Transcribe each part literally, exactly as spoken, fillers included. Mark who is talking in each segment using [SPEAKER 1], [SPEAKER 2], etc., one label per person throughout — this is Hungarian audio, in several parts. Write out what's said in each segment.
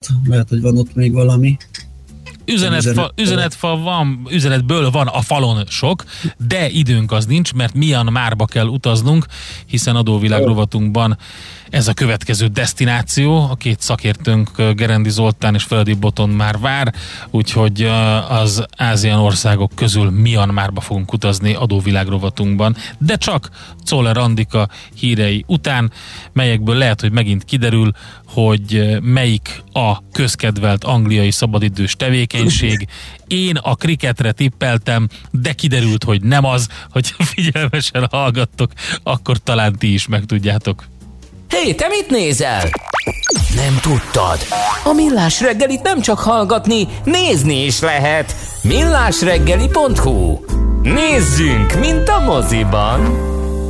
[SPEAKER 1] lehet, hogy van ott még valami.
[SPEAKER 2] Üzenetfa, üzenetfa van, üzenetből van a falon sok, de időnk az nincs, mert Myanmarba kell utaznunk, hiszen adóvilág rovatunkban ez a következő desztináció. A két szakértőnk, Gerendi Zoltán és Feledi Boton már vár, úgyhogy az ázsiai országok közül Myanmarba fogunk utazni adóvilág rovatunkban, de csak Czoller Andika hírei után, melyekből lehet, hogy megint kiderül, hogy melyik a közkedvelt angliai szabadidős tevékenység. Én a kriketre tippeltem, de kiderült, hogy nem az, hogy figyelmesen hallgattok, akkor talán ti is megtudjátok.
[SPEAKER 3] Hé, hey, te mit nézel? Nem tudtad? A Millás reggelit nem csak hallgatni, nézni is lehet. millásreggeli pont hu. Nézzünk, mint a moziban!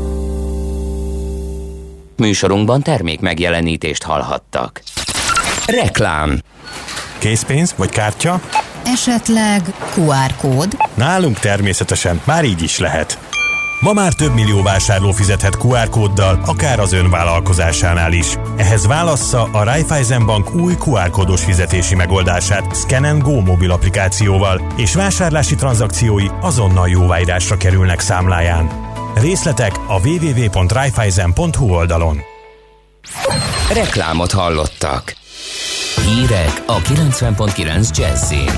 [SPEAKER 3] Műsorunkban termék megjelenítést hallhattak. Reklám.
[SPEAKER 4] Készpénz vagy kártya?
[SPEAKER 5] Esetleg kú ár kód?
[SPEAKER 4] Nálunk természetesen, már így is lehet. Ma már több millió vásárló fizethet kú ár kóddal, akár az ön vállalkozásánál is. Ehhez válassza a Raiffeisen Bank új kú ár kódos fizetési megoldását Scan and Go mobil applikációval, és vásárlási tranzakciói azonnal jóváírásra kerülnek számláján. Részletek a double-u double-u double-u pont raiffeisen pont hu oldalon.
[SPEAKER 3] Reklámot hallottak. Hírek a kilencven pont kilenc Jazzin.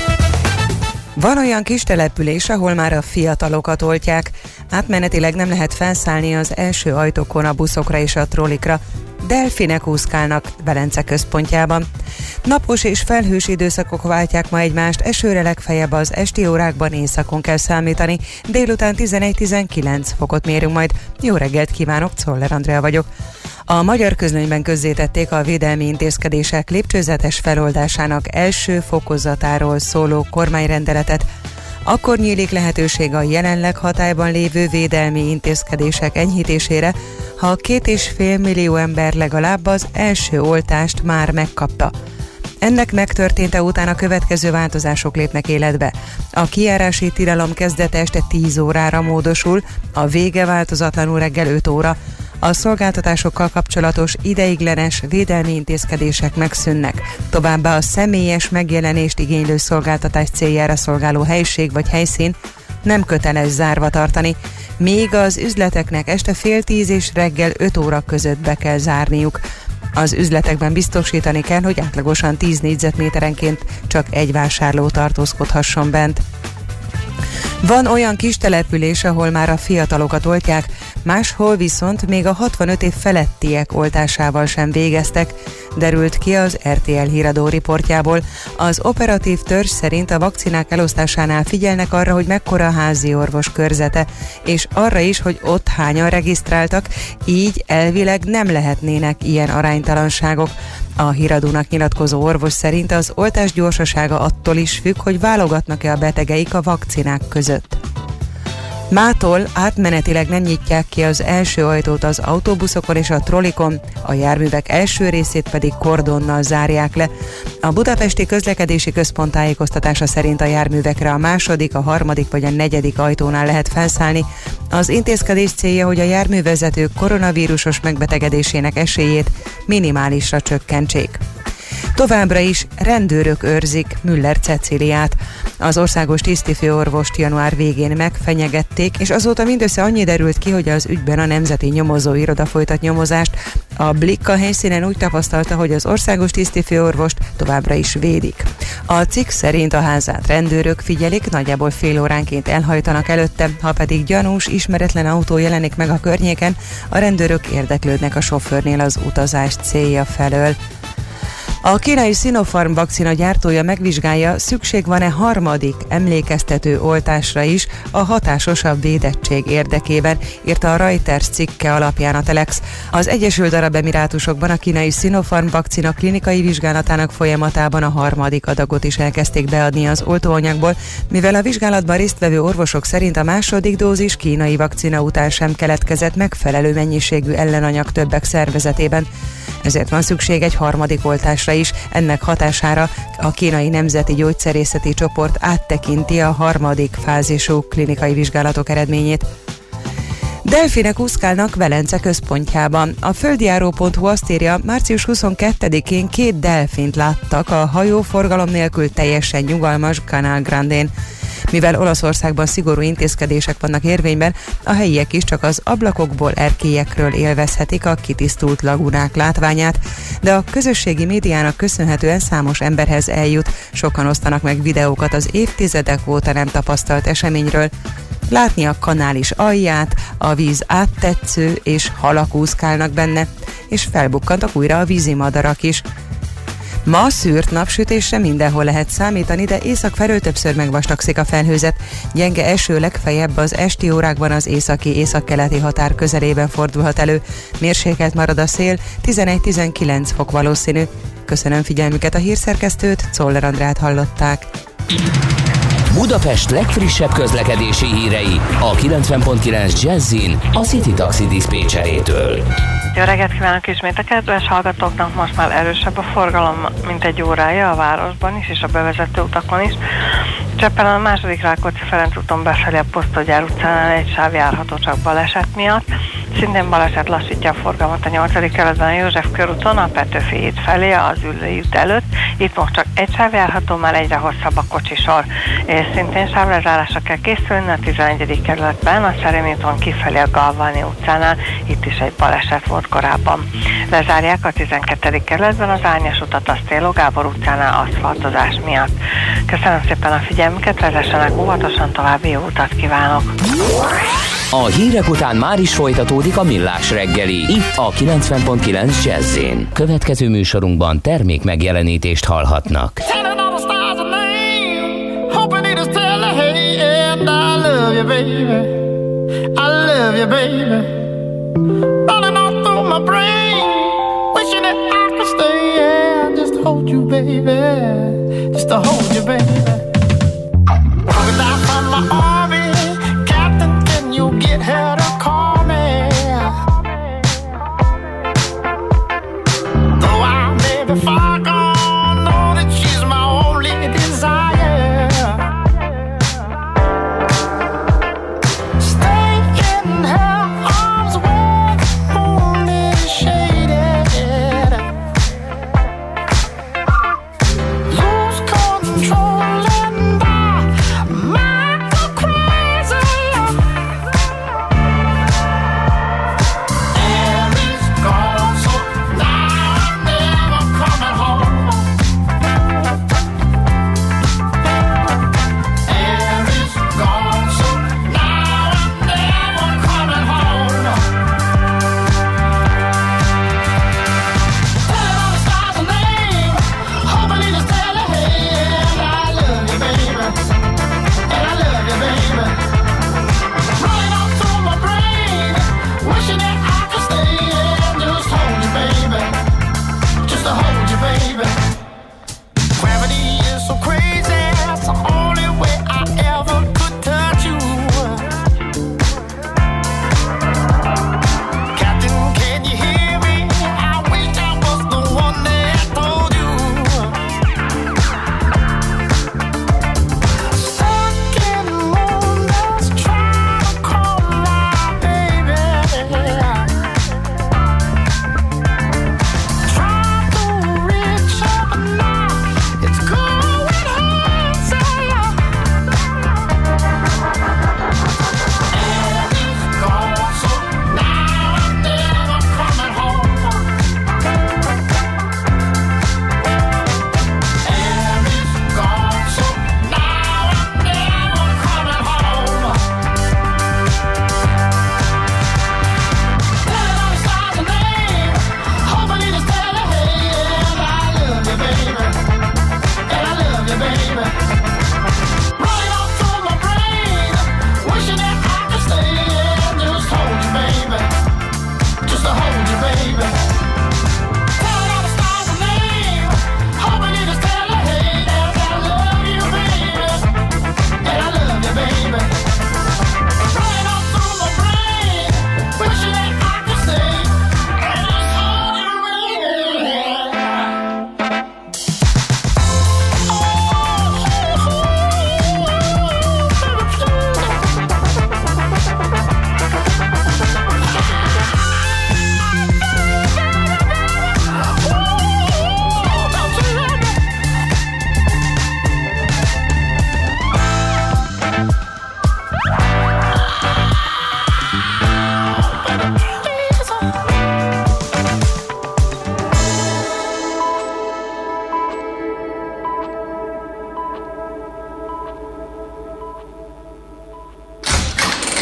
[SPEAKER 6] Van olyan kis település, ahol már a fiatalokat oltják. Átmenetileg nem lehet felszállni az első ajtókon a buszokra és a trollikra. Delfinek úszkálnak Velence központjában. Napos és felhős időszakok váltják ma egymást, esőre legfeljebb az esti órákban, éjszakon kell számítani. Délután tizenegy-tizenkilenc fokot mérünk majd. Jó reggelt kívánok, Czoller Andrea vagyok. A Magyar Közlönyben közzétették a védelmi intézkedések lépcsőzetes feloldásának első fokozatáról szóló kormányrendeletet. Akkor nyílik lehetőség a jelenleg hatályban lévő védelmi intézkedések enyhítésére, ha a két és fél millió ember legalább az első oltást már megkapta. Ennek megtörténte után a következő változások lépnek életbe. A kijárási tilalom kezdete este tíz órára módosul, a vége változatlanul reggel öt óra. A szolgáltatásokkal kapcsolatos ideiglenes védelmi intézkedések megszűnnek. Továbbá a személyes megjelenést igénylő szolgáltatás céljára szolgáló helység vagy helyszín nem köteles zárva tartani, míg az üzleteknek este fél tíz és reggel öt óra között be kell zárniuk. Az üzletekben biztosítani kell, hogy átlagosan tíz négyzetméterenként csak egy vásárló tartózkodhasson bent. Van olyan kis település, ahol már a fiatalokat oltják, máshol viszont még a hatvanöt év felettiek oltásával sem végeztek, derült ki az er té el híradó riportjából. Az operatív törzs szerint a vakcinák elosztásánál figyelnek arra, hogy mekkora a házi orvos körzete, és arra is, hogy ott hányan regisztráltak, így elvileg nem lehetnének ilyen aránytalanságok. A híradónak nyilatkozó orvos szerint az oltás gyorsasága attól is függ, hogy válogatnak-e a betegeik a vakcinák között. Mától átmenetileg nem nyitják ki az első ajtót az autóbuszokon és a trollikon, a járművek első részét pedig kordonnal zárják le. A Budapesti Közlekedési Központ tájékoztatása szerint a járművekre a második, a harmadik vagy a negyedik ajtónál lehet felszállni. Az intézkedés célja, hogy a járművezetők koronavírusos megbetegedésének esélyét minimálisra csökkentsék. Továbbra is rendőrök őrzik Müller Ceciliát. Az országos tisztifőorvost január végén megfenyegették, és azóta mindössze annyi derült ki, hogy az ügyben a Nemzeti Nyomozóiroda folytat nyomozást. A Blikk a helyszínen úgy tapasztalta, hogy az országos tisztifőorvost továbbra is védik. A cikk szerint a házát rendőrök figyelik, nagyjából fél óránként elhajtanak előtte, ha pedig gyanús, ismeretlen autó jelenik meg a környéken, a rendőrök érdeklődnek a sofőrnél az utazás célja felől. A kínai Sinopharm vakcina gyártója megvizsgálja, szükség van-e harmadik emlékeztető oltásra is a hatásosabb védettség érdekében, írta a Reuters cikke alapján a Telex. Az Egyesült Arab Emirátusokban a kínai Sinopharm vakcina klinikai vizsgálatának folyamatában a harmadik adagot is elkezdték beadni az oltóanyagból, mivel a vizsgálatban résztvevő orvosok szerint a második dózis kínai vakcina után sem keletkezett megfelelő mennyiségű ellenanyag többek szervezetében. Ezért van szükség egy harmadik oltásra is. Ennek hatására a kínai nemzeti gyógyszerészeti csoport áttekinti a harmadik fázisú klinikai vizsgálatok eredményét. Delfinek úszkálnak Velence központjában. A földjáró pont hu azt írja, március huszonkettedikén két delfint láttak a hajóforgalom nélkül teljesen nyugalmas Canal Grandén. Mivel Olaszországban szigorú intézkedések vannak érvényben, a helyiek is csak az ablakokból, erkélyekről élvezhetik a kitisztult lagunák látványát, de a közösségi médiának köszönhetően számos emberhez eljut, sokan osztanak meg videókat az évtizedek óta nem tapasztalt eseményről. Látni a kanál is alját, a víz áttetsző és halak úszkálnak benne, és felbukkantak újra a vízimadarak is. Ma szűrt napsütésre mindenhol lehet számítani, de észak felől többször megvastagszik a felhőzet. Gyenge eső legfeljebb az esti órákban az északi-északkeleti határ közelében fordulhat elő. Mérsékelt marad a szél, tizenegy-tizenkilenc fok valószínű. Köszönöm figyelmüket, a hírszerkesztőt, Czoller Andrát hallották.
[SPEAKER 3] Budapest legfrissebb közlekedési hírei a kilencven pont kilenc Jazzin a City Taxi diszpécserétől.
[SPEAKER 7] Jó reggelt kívánok ismét a kedves hallgatóknak, most már erősebb a forgalom, mint egy órája a városban is és a bevezető utakon is. Cseppelen a második Rákóczi-Ferenc úton befelé a Posztolgyár utcánál egy sáv járható csak baleset miatt. Szintén baleset lassítja a forgalmat a nyolcadik kerületben a József körúton, a Petőfi híd felé, az Üllői út előtt. Itt most csak egy sáv járható, már egyre hosszabb a kocsisor. És szintén sávlezárásra kell készülni a tizenegyedik kerületben, a Szerémi úton kifelé a Galvani utcánál. Itt is egy baleset volt korábban. Lezárják a tizenkettedik kerületben az Árnyas utat a Széló Gábor utcánál aszfaltozás miatt. Köszönöm szépen a figyelmüket, vezessenek óvatosan, további jó utat kívánok!
[SPEAKER 3] A hírek után már is folytatódik a Millás reggeli, itt a kilencven pont kilenc Jazz-én. Következő műsorunkban termék megjelenítést hallhatnak.
[SPEAKER 8] You get her to call me. Though I may be far gone, know that she's my only desire. Stay in her arms where the moon is shaded. Lose control.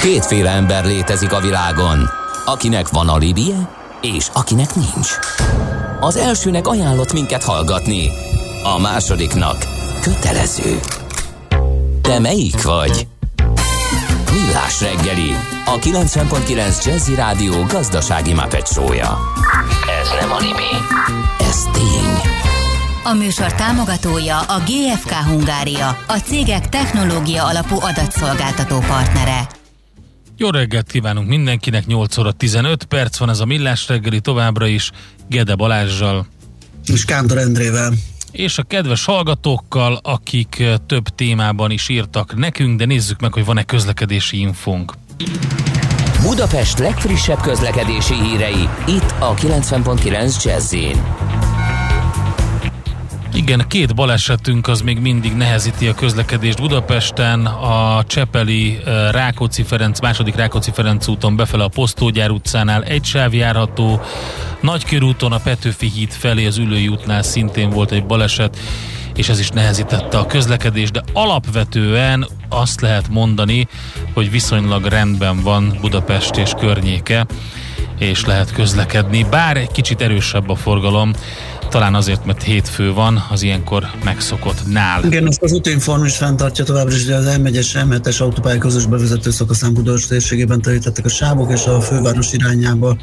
[SPEAKER 3] Kétféle ember létezik a világon, akinek van alibije, és akinek nincs. Az elsőnek ajánlott minket hallgatni, a másodiknak kötelező. Te melyik vagy? Millás reggeli, a kilencven pont kilenc Jazzy Rádió gazdasági Muppet show-ja. Ez nem anime, ez tény.
[SPEAKER 5] A műsor támogatója a gé ef ká Hungária, a cégek technológia alapú adatszolgáltató partnere.
[SPEAKER 2] Jó reggelt kívánunk mindenkinek, nyolc óra tizenöt perc van, ez a Millás reggeli továbbra is Gede Balázssal.
[SPEAKER 1] És Kántor Endrével.
[SPEAKER 2] És a kedves hallgatókkal, akik több témában is írtak nekünk, de nézzük meg, hogy van-e közlekedési infónk.
[SPEAKER 3] Budapest legfrissebb közlekedési hírei, itt a kilencven pont kilenc Jazzyn.
[SPEAKER 2] Igen, két balesetünk az még mindig nehezíti a közlekedést Budapesten, a Csepeli Rákóczi-Ferenc, második Rákóczi-Ferenc úton befele a Posztógyár utcánál egy sáv járható, Nagykörúton a Petőfi híd felé az Üllői útnál szintén volt egy baleset, és ez is nehezítette a közlekedést, de alapvetően azt lehet mondani, hogy viszonylag rendben van Budapest és környéke, és lehet közlekedni, bár egy kicsit erősebb a forgalom, talán azért, mert hétfő van, az ilyenkor megszokottnál.
[SPEAKER 1] Igen, azt az Utinform is fenntartja továbbra is, hogy az em egyes em hetes autópálya közös bevezető szakaszán Budaörs térségében telítettek a sávok, és a főváros irányába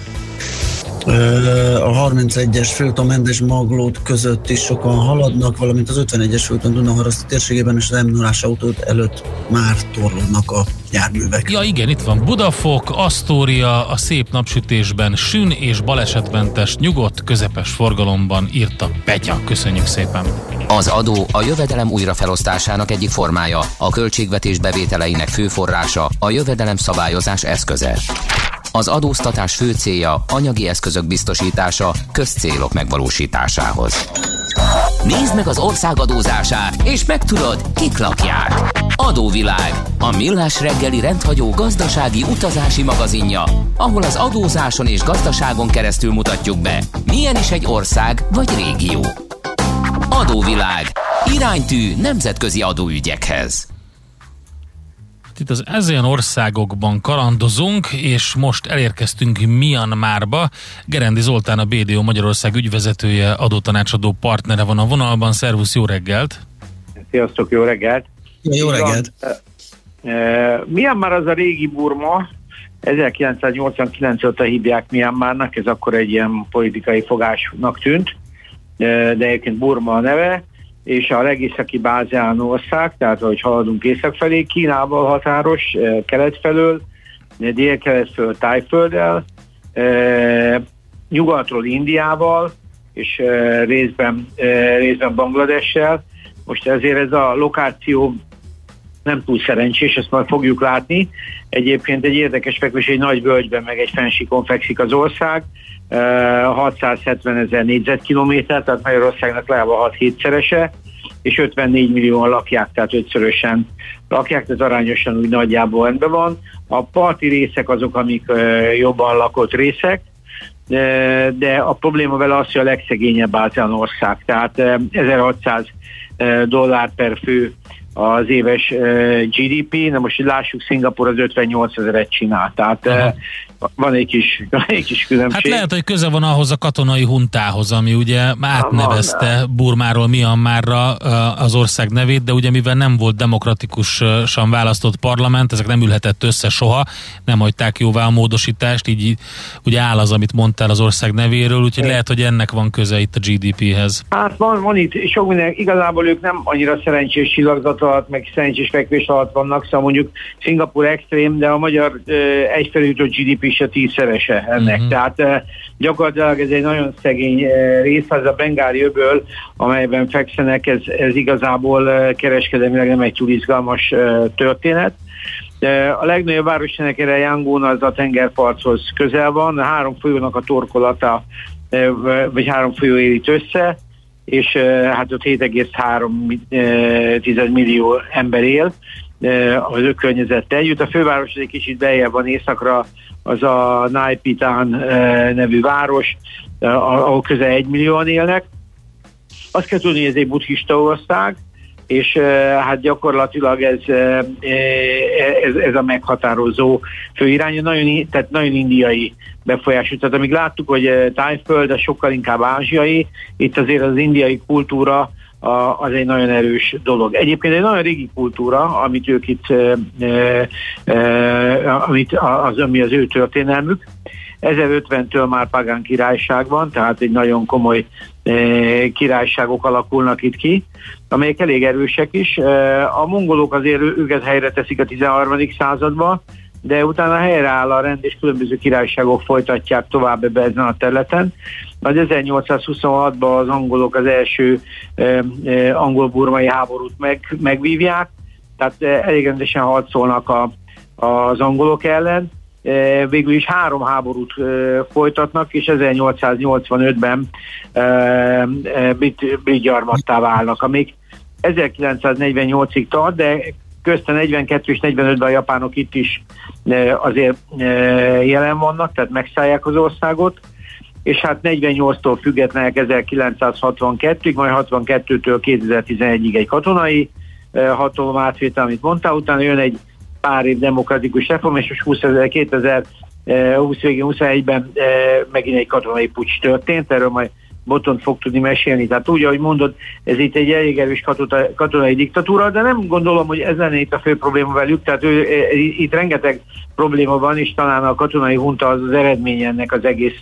[SPEAKER 1] a harmincegyes főúton Mendes Maglód között is sokan haladnak, valamint az ötvenegyes főúton Dunaharaszti térségében és az em nullás autót előtt már torlódnak a járművek.
[SPEAKER 2] Ja igen, itt van Budafok, Asztória, a szép napsütésben sün és balesetmentes, nyugodt, közepes forgalomban, írta Petya. Köszönjük szépen!
[SPEAKER 3] Az adó a jövedelem újrafelosztásának egyik formája, a költségvetés bevételeinek fő forrása, a jövedelem szabályozás eszköze. Az adóztatás fő célja anyagi eszközök biztosítása közcélok megvalósításához. Nézd meg az ország adózását, és megtudod, kik lakják. Adóvilág, a millás reggeli rendhagyó gazdasági utazási magazinja, ahol az adózáson és gazdaságon keresztül mutatjuk be, milyen is egy ország vagy régió. Adóvilág, iránytű nemzetközi adóügyekhez.
[SPEAKER 2] Itt az ezen országokban kalandozunk, és most elérkeztünk Myanmarba. Gerendi Zoltán, a bé dé o Magyarország ügyvezetője, adótanácsadó partnere van a vonalban. Szervusz, jó reggelt!
[SPEAKER 9] Sziasztok, jó reggelt!
[SPEAKER 1] Jó reggelt!
[SPEAKER 9] Myanmar az a régi Burma, ezerkilencszáznyolcvankilenc óta hívják Myanmarnak, ez akkor egy ilyen politikai fogásnak tűnt, de egyébként Burma a neve, és a legészaki ASEAN ország, tehát ahogy haladunk észak felé, Kínával határos, kelet felől, dél-kelet felől Tájfölddel, nyugatról Indiával, és részben, részben Bangladessel. Most ezért ez a lokáció nem túl szerencsés, ezt majd fogjuk látni. Egyébként egy érdekes fekvés, egy nagy völgyben, meg egy fennsíkon fekszik az ország, hatszázhetven ezer négyzetkilométer, tehát Magyarországnak legalább a hat-hétszerese, és ötvennégy millióan lakják, tehát ötszörösen lakják, ez arányosan úgy nagyjából rendben van. A parti részek azok, amik jobban lakott részek, de a probléma vele az, hogy a legszegényebb ASEAN ország, tehát ezerhatszáz dollár per fő az éves gé dé pé, na most lássuk, Szingapúr az ötvennyolc ezeret csinál, tehát aha, van egy kis, van egy kis különbség.
[SPEAKER 2] Hát lehet, hogy köze van ahhoz a katonai huntához, ami ugye átnevezte Burmáról Myanmarra az ország nevét, de ugye mivel nem volt demokratikusan választott parlament, ezek nem ülhetett össze soha, nem hagyták jóvá a módosítást, így ugye áll az, amit mondtál az ország nevéről, úgyhogy lehet, hogy ennek van köze itt a gé dé péhez.
[SPEAKER 9] Hát van, van itt sok minden, igazából ők nem annyira szerencsés csillagzat alatt, meg szerencsés fekvés alatt vannak, szóval mondjuk Szingapúr extrém, de a magyar uh, egyfelé jutott gé dé pé is a tízszerese ennek. Uh-huh. Tehát uh, gyakorlatilag ez egy nagyon szegény uh, rész, az a Bengáli öböl, amelyben fekszenek, ez, ez igazából uh, kereskedelmileg nem egy túl izgalmas uh, történet. De a legnagyobb város ennek erre Yangon, az a tengerparthoz közel van, a három folyónak a torkolata, uh, vagy három folyó érit össze, és uh, hát ott hét egész három millió ember él uh, az ő környezettel együtt. A főváros egy kicsit beljebb van északra, az a Naypyidaw uh, nevű város, uh, ahol közel egy millióan élnek. Azt kell tudni, hogy ez egy buddhista ország, és hát gyakorlatilag ez, ez, ez a meghatározó főirány, nagyon, tehát nagyon indiai befolyású. Tehát amíg láttuk, hogy Tájföld, az sokkal inkább ázsiai, itt azért az indiai kultúra az egy nagyon erős dolog. Egyébként egy nagyon régi kultúra, amit ők itt, amit az, ami az ő történelmük. ezerötventől már pagán királyság van, tehát egy nagyon komoly királyságok alakulnak itt ki, amelyek elég erősek is. A mongolok azért őket helyre teszik a tizenharmadik században, de utána helyreáll a rend, és különböző királyságok folytatják tovább ebbe ezen a területen. Majd ezernyolcszázhuszonhatban az angolok az első eh, eh, angol-burmai háborút meg, megvívják, tehát eh, elég rendesen harcolnak a, az angolok ellen. Eh, végül is három háborút eh, folytatnak, és ezernyolcszáznyolcvanötben eh, eh, brit, brit gyarmattá válnak, amik ezerkilencszáznegyvennyolcig tart, de közte negyvenkettő és negyvenötben a japánok itt is eh, azért eh, jelen vannak, tehát megszállják az országot, és hát negyvennyolctól függetlenek ezerkilencszázhatvankettőig, majd hatvankettőtől kétezer-tizenegyig egy katonai eh, hatalom átvétel, amit mondtál, utána jön egy pár év demokratikus reform, és most kétezer-húsz végén huszonegyben eh, megint egy katonai puccs történt, erről majd Botont fog tudni mesélni. Tehát úgy, ahogy mondod, ez itt egy elég erős katonai diktatúra, de nem gondolom, hogy ez lenne itt a fő probléma velük, tehát ő, itt rengeteg probléma van, és talán a katonai hunta az az eredmény ennek az egész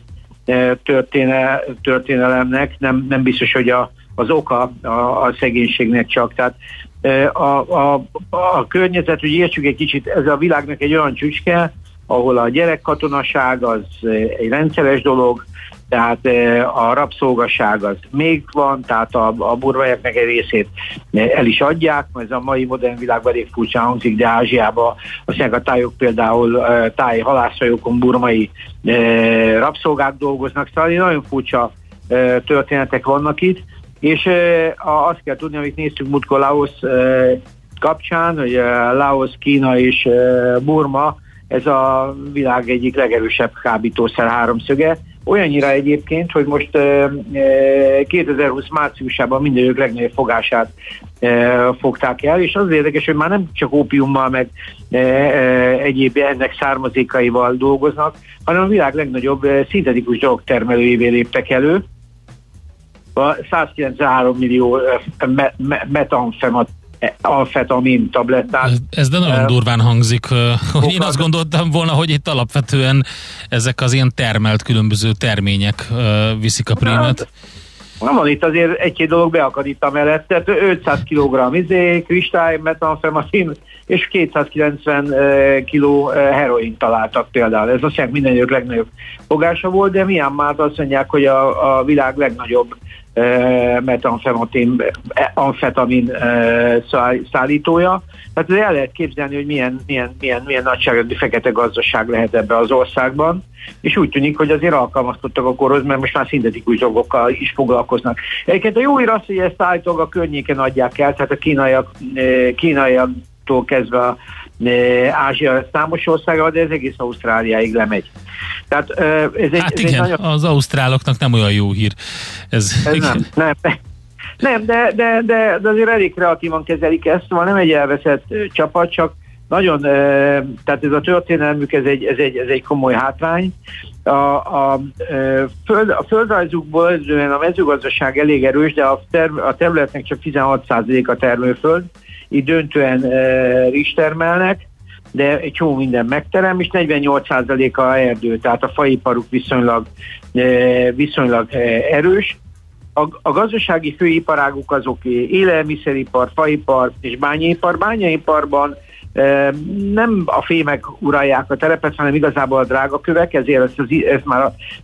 [SPEAKER 9] történe, történelemnek, nem, nem biztos, hogy a, az oka a, a szegénységnek csak. Tehát a, a, a környezet, hogy értsük egy kicsit, ez a világnak egy olyan csücske, ahol a gyerekkatonaság az egy rendszeres dolog, tehát a rabszolgaság az még van, tehát a, a burmaiaknak egy részét el is adják, mert ez a mai modern világban elég furcsán hangzik, de Ázsiában aztán a tájok például táj halászhajókon burmai rabszolgák dolgoznak, szóval nagyon furcsa történetek vannak itt, és azt kell tudni, amit néztük múltkor Laosz kapcsán, hogy Laosz, Kína és Burma, ez a világ egyik legerősebb kábítószer háromszöge. Olyannyira egyébként, hogy most kétezer-húsz márciusában mindenük legnagyobb fogását fogták el, és az érdekes, hogy már nem csak ópiummal, meg egyéb ennek származékaival dolgoznak, hanem a világ legnagyobb szintetikus drogtermelőjévé léptek elő. A százkilencvenhárom millió metamfetamát amfetamin tablettát.
[SPEAKER 2] Ez, ez de nagyon durván hangzik, hogy én azt gondoltam volna, hogy itt alapvetően ezek az ilyen termelt különböző termények viszik a prímet.
[SPEAKER 9] Nem van itt azért egy-két dolog beakad itt a mellett, tehát ötszáz kilogramm izé, kristály, metamfetamin és kétszázkilencven kiló heroin találtak például. Ez azt jelenti, mindenjük legnagyobb fogása volt, de Myanmar azt mondják, hogy a, a világ legnagyobb metamfetamin amfetamin szállítója. Tehát el lehet képzelni, hogy milyen, milyen, milyen, milyen nagyságrendű fekete gazdaság lehet ebbe az országban, és úgy tűnik, hogy azért alkalmazkodtak a korhoz, mert most már szintetikus dolgokkal is foglalkoznak. Egyébként a jó hír az, hogy ezt állítólag a környéken adják el, tehát a kínaiak, kínaiaktól kezdve a Ázsia számos országa, de ez egész Ausztráliáig lemegy. Tehát, ez egy,
[SPEAKER 2] hát
[SPEAKER 9] ez
[SPEAKER 2] igen,
[SPEAKER 9] egy nagyon...
[SPEAKER 2] az ausztráloknak nem olyan jó hír. Ez,
[SPEAKER 9] ez nem, nem, nem de, de, de, de azért elég kreatívan kezelik ezt, szóval nem egy elveszett csapat, csak nagyon, tehát ez a történelmük, ez egy, ez egy, ez egy komoly hátrány. A, a, föld, a földrajzukból a mezőgazdaság elég erős, de a, ter, a területnek csak tizenhat százalék a termőföld, így döntően rizs termelnek, de egy csomó minden megterem, és negyvennyolc százalék a erdő, tehát a faiparuk viszonylag, viszonylag erős. A, a gazdasági főiparáguk azok élelmiszeripar, faipar és bányaipar. Bányaiparban nem a fémek uralják a terepet, hanem igazából a drágakövek, ezért ez, az, ez már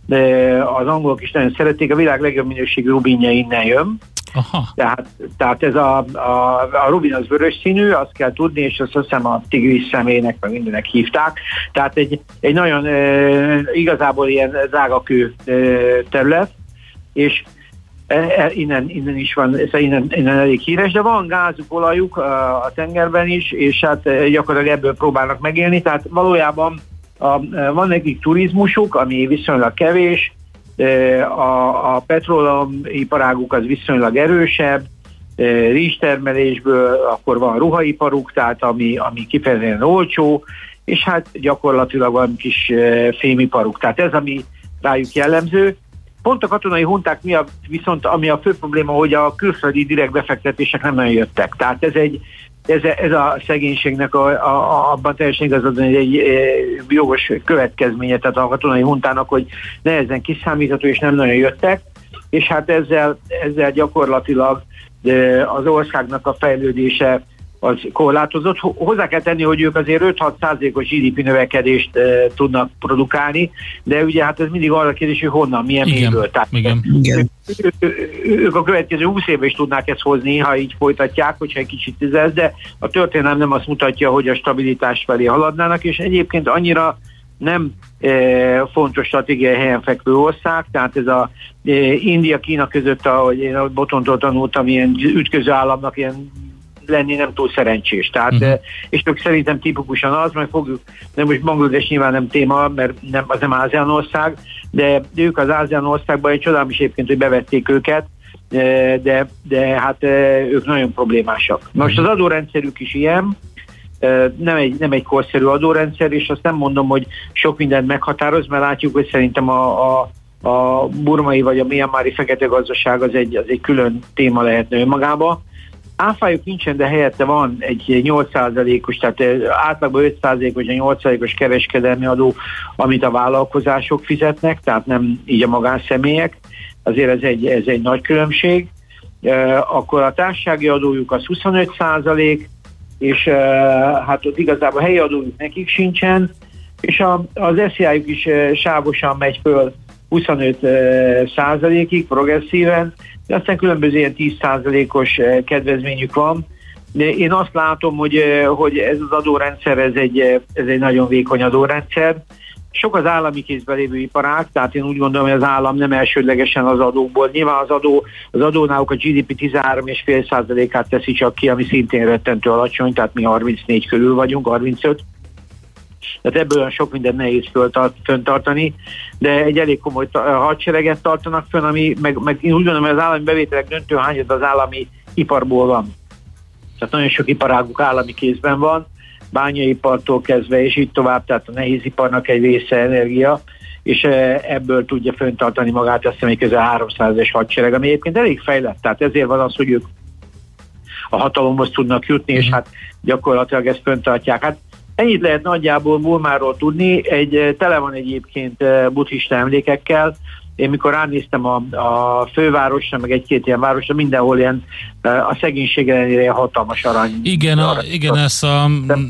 [SPEAKER 9] az angolok is nagyon szerették, a világ legjobb minőségű rubinja innen jön.
[SPEAKER 2] Aha.
[SPEAKER 9] Tehát, tehát ez a, a, a rubin az vörös színű, azt kell tudni, és azt hiszem a tigris személynek, meg mindenek hívták. Tehát egy, egy nagyon e, igazából ilyen drágakő e, terület, és e, innen, innen is van, ez innen, innen elég híres, de van gázuk, olajuk a, a tengerben is, és hát gyakorlatilag ebből próbálnak megélni, tehát valójában a, van nekik turizmusuk, ami viszonylag kevés, A, a petróleum iparáguk az viszonylag erősebb, rizstermelésből, akkor van ruhaiparuk, tehát ami, ami kifejezetten olcsó, és hát gyakorlatilag van kis fémiparuk. Tehát ez, ami rájuk jellemző. Pont a katonai hunták miatt viszont, ami a fő probléma, hogy a külföldi direkt befektetések nem nagyon jöttek. Tehát ez egy Ez, ez a szegénységnek a, a, abban teljesen igazad, hogy egy jogos következménye, tehát a katonai huntának, hogy nehezen kiszámítható, és nem nagyon jöttek, és hát ezzel, ezzel gyakorlatilag az országnak a fejlődése az korlátozott. Hozzá kell tenni, hogy ők azért öt-hat százalékos gé dé pé növekedést e, tudnak produkálni, de ugye hát ez mindig arra kérdés, hogy honnan, milyen mélyből. Tehát
[SPEAKER 2] igen.
[SPEAKER 9] Ők, ők, ők a következő húsz évben is tudnák ezt hozni, ha így folytatják, hogyha egy kicsit tízez, de a történelem nem azt mutatja, hogy a stabilitás felé haladnának, és egyébként annyira nem e, fontos stratégiai helyen fekvő ország, tehát ez a e, India-Kína között, ahogy én a Botontól tanultam, ilyen ütköző államnak ilyen lenni nem túl szerencsés. Tehát, uh-huh. és ők szerintem tipikusan az, majd fogjuk, de most Bangladesh nyilván nem téma, mert nem, az nem ASEAN ország, de ők az ASEAN országban, egy csodálom is egyébként, hogy bevették őket, de, de hát ők nagyon problémásak. Most az adórendszerük is ilyen, nem egy, nem egy korszerű adórendszer, és azt nem mondom, hogy sok mindent meghatároz, mert látjuk, hogy szerintem a, a, a burmai vagy a mianmári fekete gazdaság az egy, az egy külön téma lehetne önmagába. Áfájuk nincsen, de helyette van egy nyolc százalékos, tehát átlagban öt százalékos, vagy nyolc százalékos kereskedelmi adó, amit a vállalkozások fizetnek, tehát nem így a magánszemélyek. Azért ez egy, ez egy nagy különbség. Akkor a társasági adójuk az huszonöt százalék, és hát ott igazából helyi adójuk nekik sincsen, és a, az es zé á-juk is sávosan megy föl huszonöt százalékig progresszíven, de aztán különböző ilyen tíz százalékos kedvezményük van. De én azt látom, hogy, hogy ez az adórendszer, ez egy, ez egy nagyon vékony adórendszer. Sok az állami kézben lévő iparág, tehát én úgy gondolom, hogy az állam nem elsődlegesen az adókból. Nyilván az adó, az adónáluk a gé dé pé tizenhárom egész öt százalékát teszi csak ki, ami szintén rettentő alacsony, tehát mi harmincnégy körül vagyunk, harmincöt. Tehát ebből olyan sok minden nehéz föntartani, de egy elég komoly hadsereget tartanak fönn, ami meg, meg én úgy gondolom, hogy az állami bevételek döntő hányad az állami iparból van. Tehát nagyon sok iparáguk állami kézben van, bányaipartól kezdve, és így tovább, tehát a nehéziparnak egy része energia, és ebből tudja föntartani magát, azt hiszem, hogy közel háromszázas hadsereg, ami egyébként elég fejlett, tehát ezért van az, hogy ők a hatalomhoz tudnak jutni, és hát gyakorlatilag ezt föntartják. Hát ennyit lehet nagyjából Burmáról tudni, egy, tele van egyébként buddhista emlékekkel. Én mikor ránéztem a, a fővárosra, meg egy-két ilyen városra, mindenhol ilyen a szegénység ellenére hatalmas arany.
[SPEAKER 2] Igen, a, igen, ez a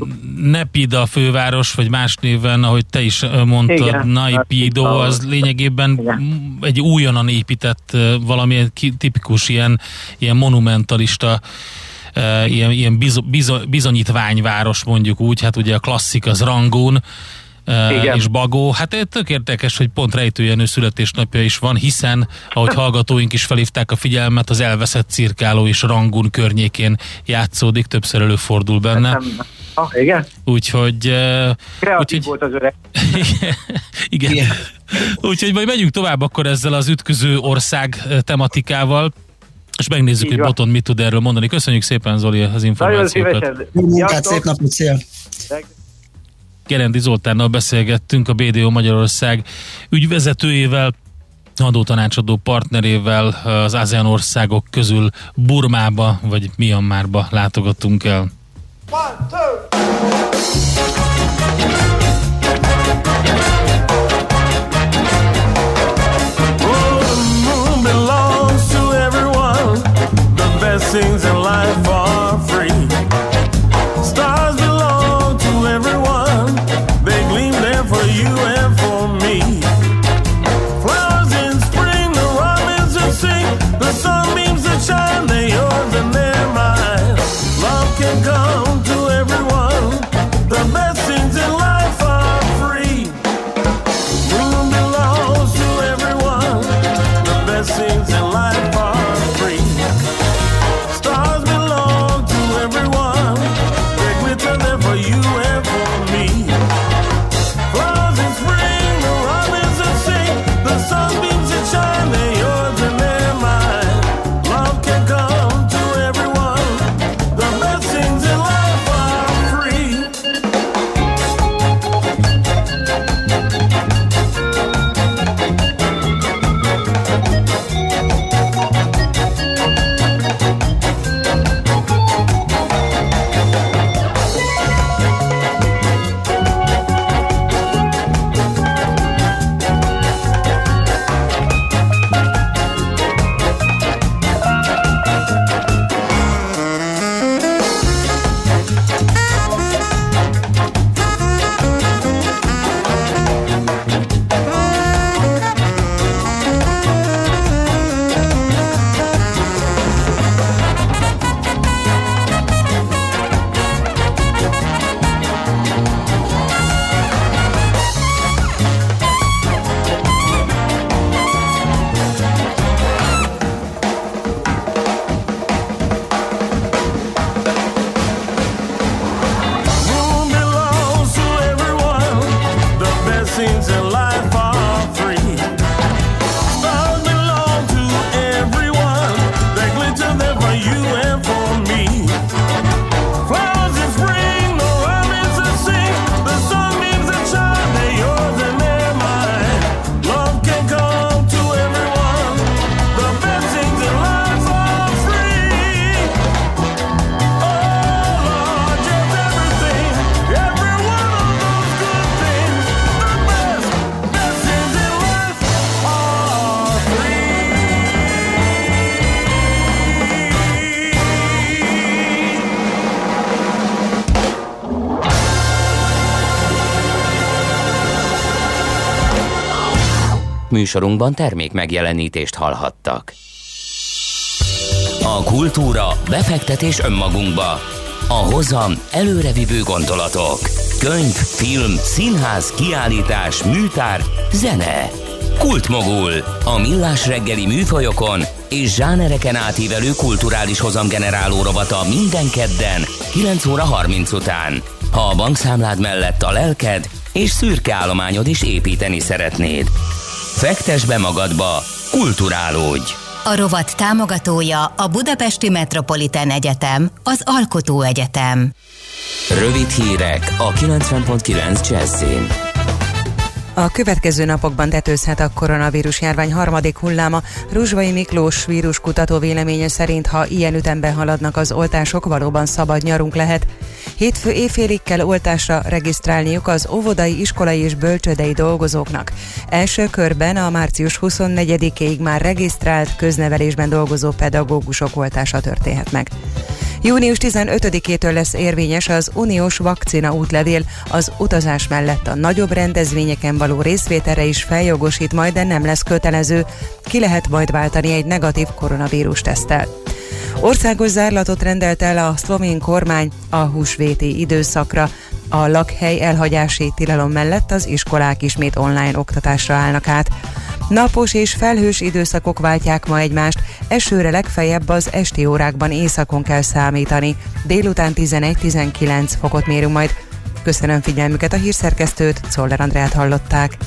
[SPEAKER 2] Nepida főváros, vagy más néven, ahogy te is mondtad, igen, Naypyidaw, az lényegében igen. egy újonnan épített, valamilyen tipikus ilyen, ilyen monumentalista Uh, ilyen, ilyen bizo, bizo, bizonyítványváros, mondjuk úgy, hát ugye a klasszik az Rangoon uh, és Bagó. Hát tök érdekes, hogy pont Rejtőjenő születésnapja is van, hiszen, ahogy hallgatóink is felhívták a figyelmet, az Elveszett cirkáló is Rangoon környékén játszódik, többször előfordul benne.
[SPEAKER 9] Ah, igen.
[SPEAKER 2] Úgyhogy... Uh,
[SPEAKER 9] Kreatív volt az öreg.
[SPEAKER 2] igen. igen. Úgyhogy majd megyünk tovább akkor ezzel az ütköző ország tematikával, és megnézzük, hogy Botond mit tud erről mondani. Köszönjük szépen, Zoli, az információkat.
[SPEAKER 1] Munkát, szép napot, szia!
[SPEAKER 2] Gerendi Zoltánnal beszélgettünk, a bé dé o Magyarország ügyvezetőjével, adótanácsadó partnerével, az ASEAN országok közül Burmába vagy Myanmarba látogattunk el. One, two.
[SPEAKER 10] Things in life are free. Stars belong to everyone. They gleam there for you and for me. Flowers in spring, the robins that sing, the sunbeams that shine, they're yours and they're mine. Love can come to everyone. The best things in life are free. Moon belongs to everyone. The best things in life are free. Stars
[SPEAKER 3] műsorunkban termék megjelenítést hallhattak. A kultúra, befektetés önmagunkba. A hozam előrevívő gondolatok. Könyv, film, színház, kiállítás, műtár, zene. Kultmogul. A Millás reggeli műfajokon és zsánereken átívelő kulturális hozamgeneráló rovata minden kedden kilenc óra harminc után. Ha a bankszámlád mellett a lelked és szürke állományod is építeni szeretnéd. Fektess be magadba, kulturálódj!
[SPEAKER 5] A rovat támogatója a Budapesti Metropolitán Egyetem, az Alkotó Egyetem.
[SPEAKER 3] Rövid hírek a kilencven pont kilenc Jazzin.
[SPEAKER 6] A következő napokban tetőzhet a koronavírus járvány harmadik hulláma. Ruzsvai Miklós víruskutató véleménye szerint, ha ilyen ütemben haladnak az oltások, valóban szabad nyarunk lehet. Hétfő éjfélig kell oltásra regisztrálniuk az óvodai, iskolai és bölcsődei dolgozóknak. Első körben a március huszonnegyedikéig már regisztrált köznevelésben dolgozó pedagógusok oltása történhet meg. június tizenötödikétől lesz érvényes az uniós vakcina útlevél. Az utazás mellett a nagyobb rendezvényeken való részvételre is feljogosít majd, de nem lesz kötelező. Ki lehet majd váltani egy negatív koronavírus teszttel. Országos zárlatot rendelt el a szlovén kormány a húsvéti időszakra. A lakhely elhagyási tilalom mellett az iskolák ismét online oktatásra állnak át. Napos és felhős időszakok váltják ma egymást, esőre legfeljebb az esti órákban északon kell számítani. Délután tizenegy-tizenkilenc fokot mérünk majd. Köszönöm figyelmüket, a hírszerkesztőt, Czoller Andrát hallották.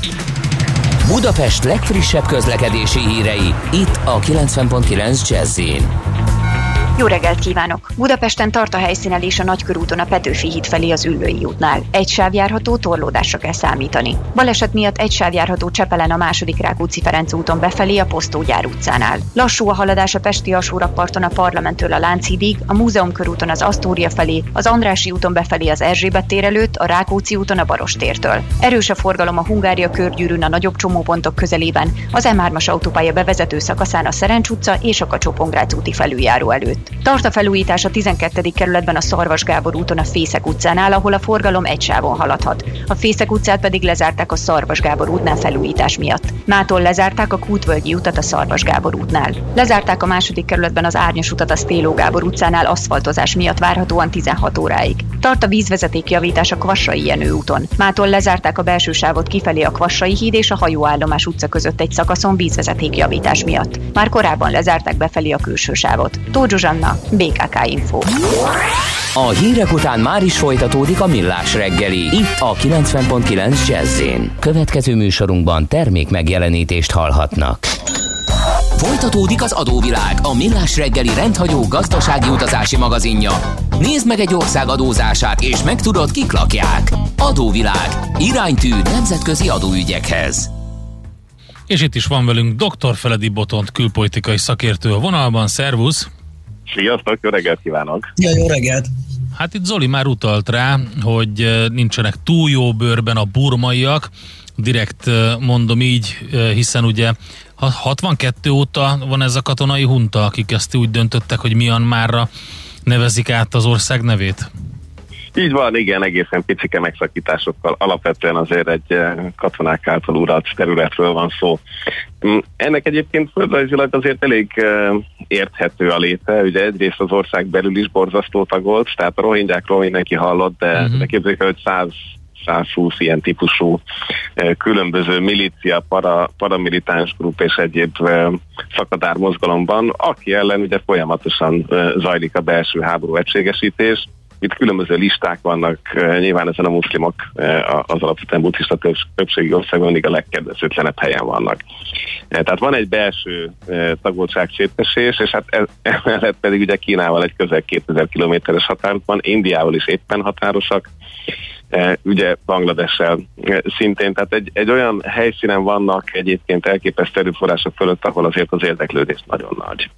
[SPEAKER 3] Budapest legfrissebb közlekedési hírei, itt a kilencven pont kilenc Jazz-in.
[SPEAKER 11] Jó reggelt kívánok! Budapesten tart a helyszínelés a Nagykörúton a Petőfi híd felé az Üllői útnál. Egy sáv járható, torlódásra kell számítani. Baleset miatt egy sáv járható Csepelen a második Rákóczi-Ferenc úton befelé a Posztógyár utcánál. Lassú a haladás a Pesti alsórakparton a Parlamenttől a Lánchídig, a Múzeum körúton az Asztória felé, az Andrássy úton befelé az Erzsébet tér előtt, a Rákóczi úton a Barostértől. Erős a forgalom a Hungária körgyűrűn a nagyobb csomópontok közelében, az M hármas autópálya bevezető szakaszán a Szerencs utca és a Kacsó-Pongrác úti felüljáró előtt. Tart a felújítás a tizenkettedik kerületben a Szarvas Gábor úton a Fészek utcánál, ahol a forgalom egy sávon haladhat. A Fészek utcát pedig lezárták a Szarvas Gábor útnál felújítás miatt. Mától lezárták a Kútvölgyi utat a Szarvas Gábor útnál. Lezárták a második kerületben az Árnyos utat a Sztéló Gábor utcánál aszfaltozás miatt várhatóan tizenhat óráig. Tart a vízvezeték javítás a Kvassai Jenő úton. Mától lezárták a belső sávot kifelé a Kvassai híd és a Hajóállomás utca között egy szakaszon vízvezeték javítás miatt. Már korábban lezárták befelé a külső sávot. Tóth Zsuzsanna, bé ká ká Info.
[SPEAKER 3] A hírek után már is folytatódik a Millás reggeli, itt a kilencven pont kilenc Jazz-in. Következő műsorunkban termék megjelenítést hallhatnak. Folytatódik az adóvilág, a Millás reggeli rendhagyó gazdasági utazási magazinja. Nézd meg egy ország adózását, és megtudod, kik lakják. Adóvilág. Iránytű nemzetközi adóügyekhez.
[SPEAKER 2] És itt is van velünk doktor Feledi Botont, külpolitikai szakértő a vonalban. Szervusz!
[SPEAKER 12] Sziasztok, jó reggelt kívánok!
[SPEAKER 1] Ja, jó reggelt!
[SPEAKER 2] Hát itt Zoli már utalt rá, hogy nincsenek túl jó bőrben a burmaiak, direkt mondom így, hiszen ugye hatvankettő óta van ez a katonai hunta, akik ezt úgy döntöttek, hogy Myanmarra nevezik át az ország nevét.
[SPEAKER 12] Így van, igen, egészen picike megszakításokkal. Alapvetően azért egy katonák által uralt területről van szó. Ennek egyébként földrajzilag azért elég érthető a léte. Ugye egyrészt az ország belül is borzasztó tagolt, tehát a rohingyákról mindenki hallott, de, uh-huh. de képzeljük el, hogy száz százhúsz ilyen típusú különböző milícia, para, paramilitáns grup és egyéb szakadár mozgalomban, aki ellen ugye folyamatosan zajlik a belső háború egységesítés. Itt különböző listák vannak, nyilván ezen a muszlimok az alapvetően buddhista többségi országban mindig a legkedvezőtlenebb helyen vannak. Tehát van egy belső tagoltság szétesés, és hát emellett pedig ugye Kínával egy közel kétezer kilométeres határunk van, Indiával is éppen határosak, ugye Bangladessel szintén, tehát egy, egy olyan helyszínen vannak egyébként elképesztő erőforrások fölött, ahol azért az érdeklődés nagyon nagy.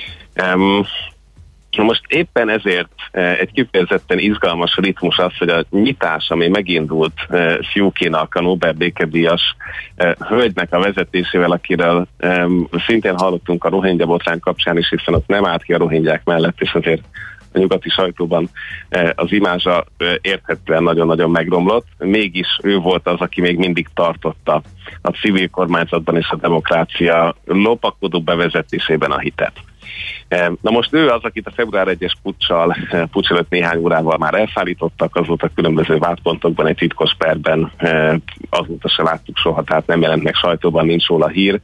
[SPEAKER 12] Um, Most éppen ezért egy kifejezetten izgalmas ritmus az, hogy a nyitás, ami megindult Suu Kyi-nak, a Nobel békedíjas hölgynek a vezetésével, akiről szintén hallottunk a rohingya botrány kapcsán is, hiszen ott nem állt ki a rohingyák mellett, és azért a nyugati sajtóban az imázsa érthetően nagyon-nagyon megromlott, mégis ő volt az, aki még mindig tartotta a civil kormányzatban és a demokrácia lopakodó bevezetésében a hitet. Na most ő az, akit a február egyes puccsal, puccs előtt néhány órával már elszállítottak, azóta különböző vádpontokban, egy titkos perben, azóta se láttuk soha, tehát nem jelent meg sajtóban, nincs róla hír.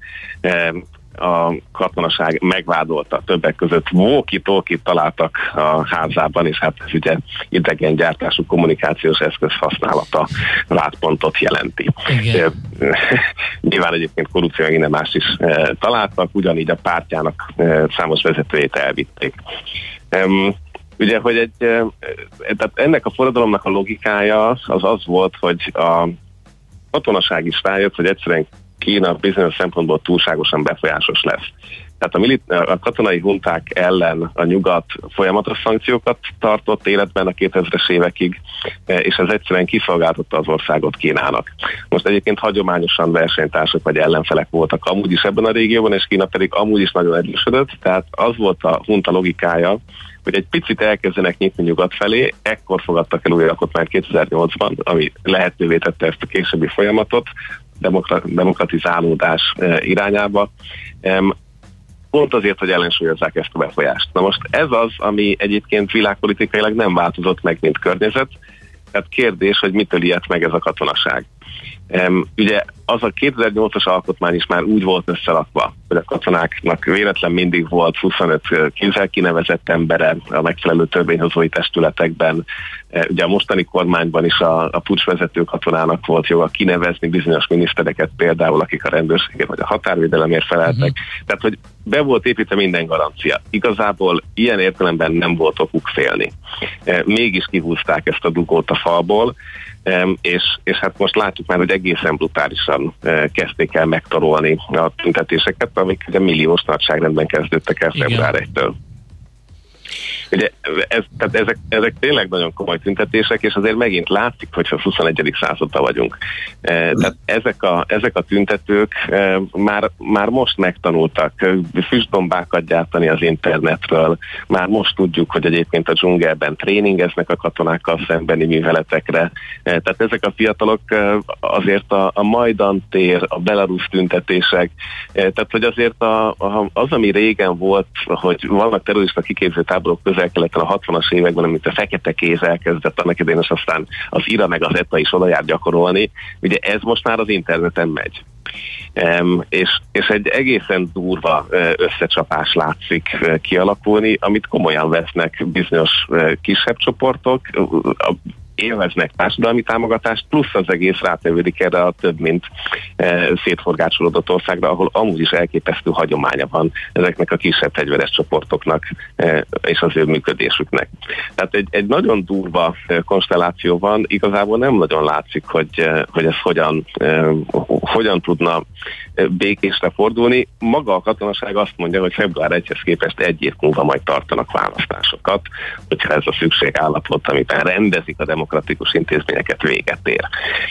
[SPEAKER 12] A katonaság megvádolta, többek között walkie-talkie találtak a házában, és hát ez ugye idegengyártású kommunikációs eszköz használata vádpontot jelenti. Nyilván egyébként korrupció innen más is e, találtak, ugyanígy a pártjának e, számos vezetőjét elvitték. E, ugye, hogy egy, e, tehát ennek a forradalomnak a logikája az az volt, hogy a katonaság is rájött, hogy egyszerűen Kína bizonyos szempontból túlságosan befolyásos lesz. Tehát a, milit- a katonai hunták ellen a nyugat folyamatos szankciókat tartott életben a kétezres évekig, és ez egyszerűen kiszolgáltatta az országot Kínának. Most egyébként hagyományosan versenytársak vagy ellenfelek voltak amúgy is ebben a régióban, és Kína pedig amúgy is nagyon erősödött, tehát az volt a hunta logikája, hogy egy picit elkezdenek nyitni nyugat felé, ekkor fogadtak el új alkotmányt kétezer-nyolcban, ami lehetővé tette ezt a későbbi folyamatot, demokra- demokratizálódás e, irányába, e, pont azért, hogy ellensúlyozzák ezt a befolyást. Na most ez az, ami egyébként világpolitikailag nem változott meg, mint környezet, tehát kérdés, hogy mitől ijedt meg ez a katonaság. Um, ugye az a kétezer-nyolcas alkotmány is már úgy volt összerakva, hogy a katonáknak véletlen mindig volt huszonöt kézzel kinevezett embere a megfelelő törvényhozói testületekben. Uh, ugye a mostani kormányban is a, a puccsvezető katonának volt joga kinevezni bizonyos minisztereket, például akik a rendőrségért vagy a határvédelemért feleltek. Uh-huh. Tehát, hogy be volt építve minden garancia. Igazából ilyen értelemben nem volt okuk félni. Uh, mégis kihúzták ezt a dugót a falból, Um, és, és hát most látjuk már, hogy egészen brutálisan uh, kezdték el megtarolni a tüntetéseket, amik ugye milliós nagyságrendben kezdődtek el február elsejétől. Ugye ez, tehát ezek, ezek tényleg nagyon komoly tüntetések, és azért megint látszik, hogy a huszonegyedik században vagyunk. E, tehát ezek a, ezek a tüntetők e, már, már most megtanultak füstbombákat gyártani az internetről, már most tudjuk, hogy egyébként a dzsungelben tréningeznek a katonákkal szembeni műveletekre. E, tehát ezek a fiatalok e, azért a, a Majdan tér, a belarusz tüntetések, e, tehát hogy azért a, a, az, ami régen volt, hogy vannak terrorista kiképző táborok közel-keleten a hatvanas években, amit a fekete kéz elkezdett annak idején, és aztán az IRA meg az ETA is oda jár gyakorolni, ugye ez most már az interneten megy. Um, és, és egy egészen durva uh, összecsapás látszik uh, kialakulni, amit komolyan vesznek bizonyos uh, kisebb csoportok, uh, a élveznek társadalmi támogatást, plusz az egész rátevődik erre a több mint e, szétforgácsolódott országra, ahol amúgy is elképesztő hagyománya van ezeknek a kisebb fegyveres csoportoknak e, és az ő működésüknek. Tehát egy, egy nagyon durva e, konstelláció van, igazából nem nagyon látszik, hogy, e, hogy ez hogyan, e, hogyan tudna e, békésre fordulni. Maga a katonaság azt mondja, hogy február elsejéhez képest egy év múlva majd tartanak választásokat, hogyha ez a szükségállapot, amiben rendezik a demokratikus intézményeket, véget ér.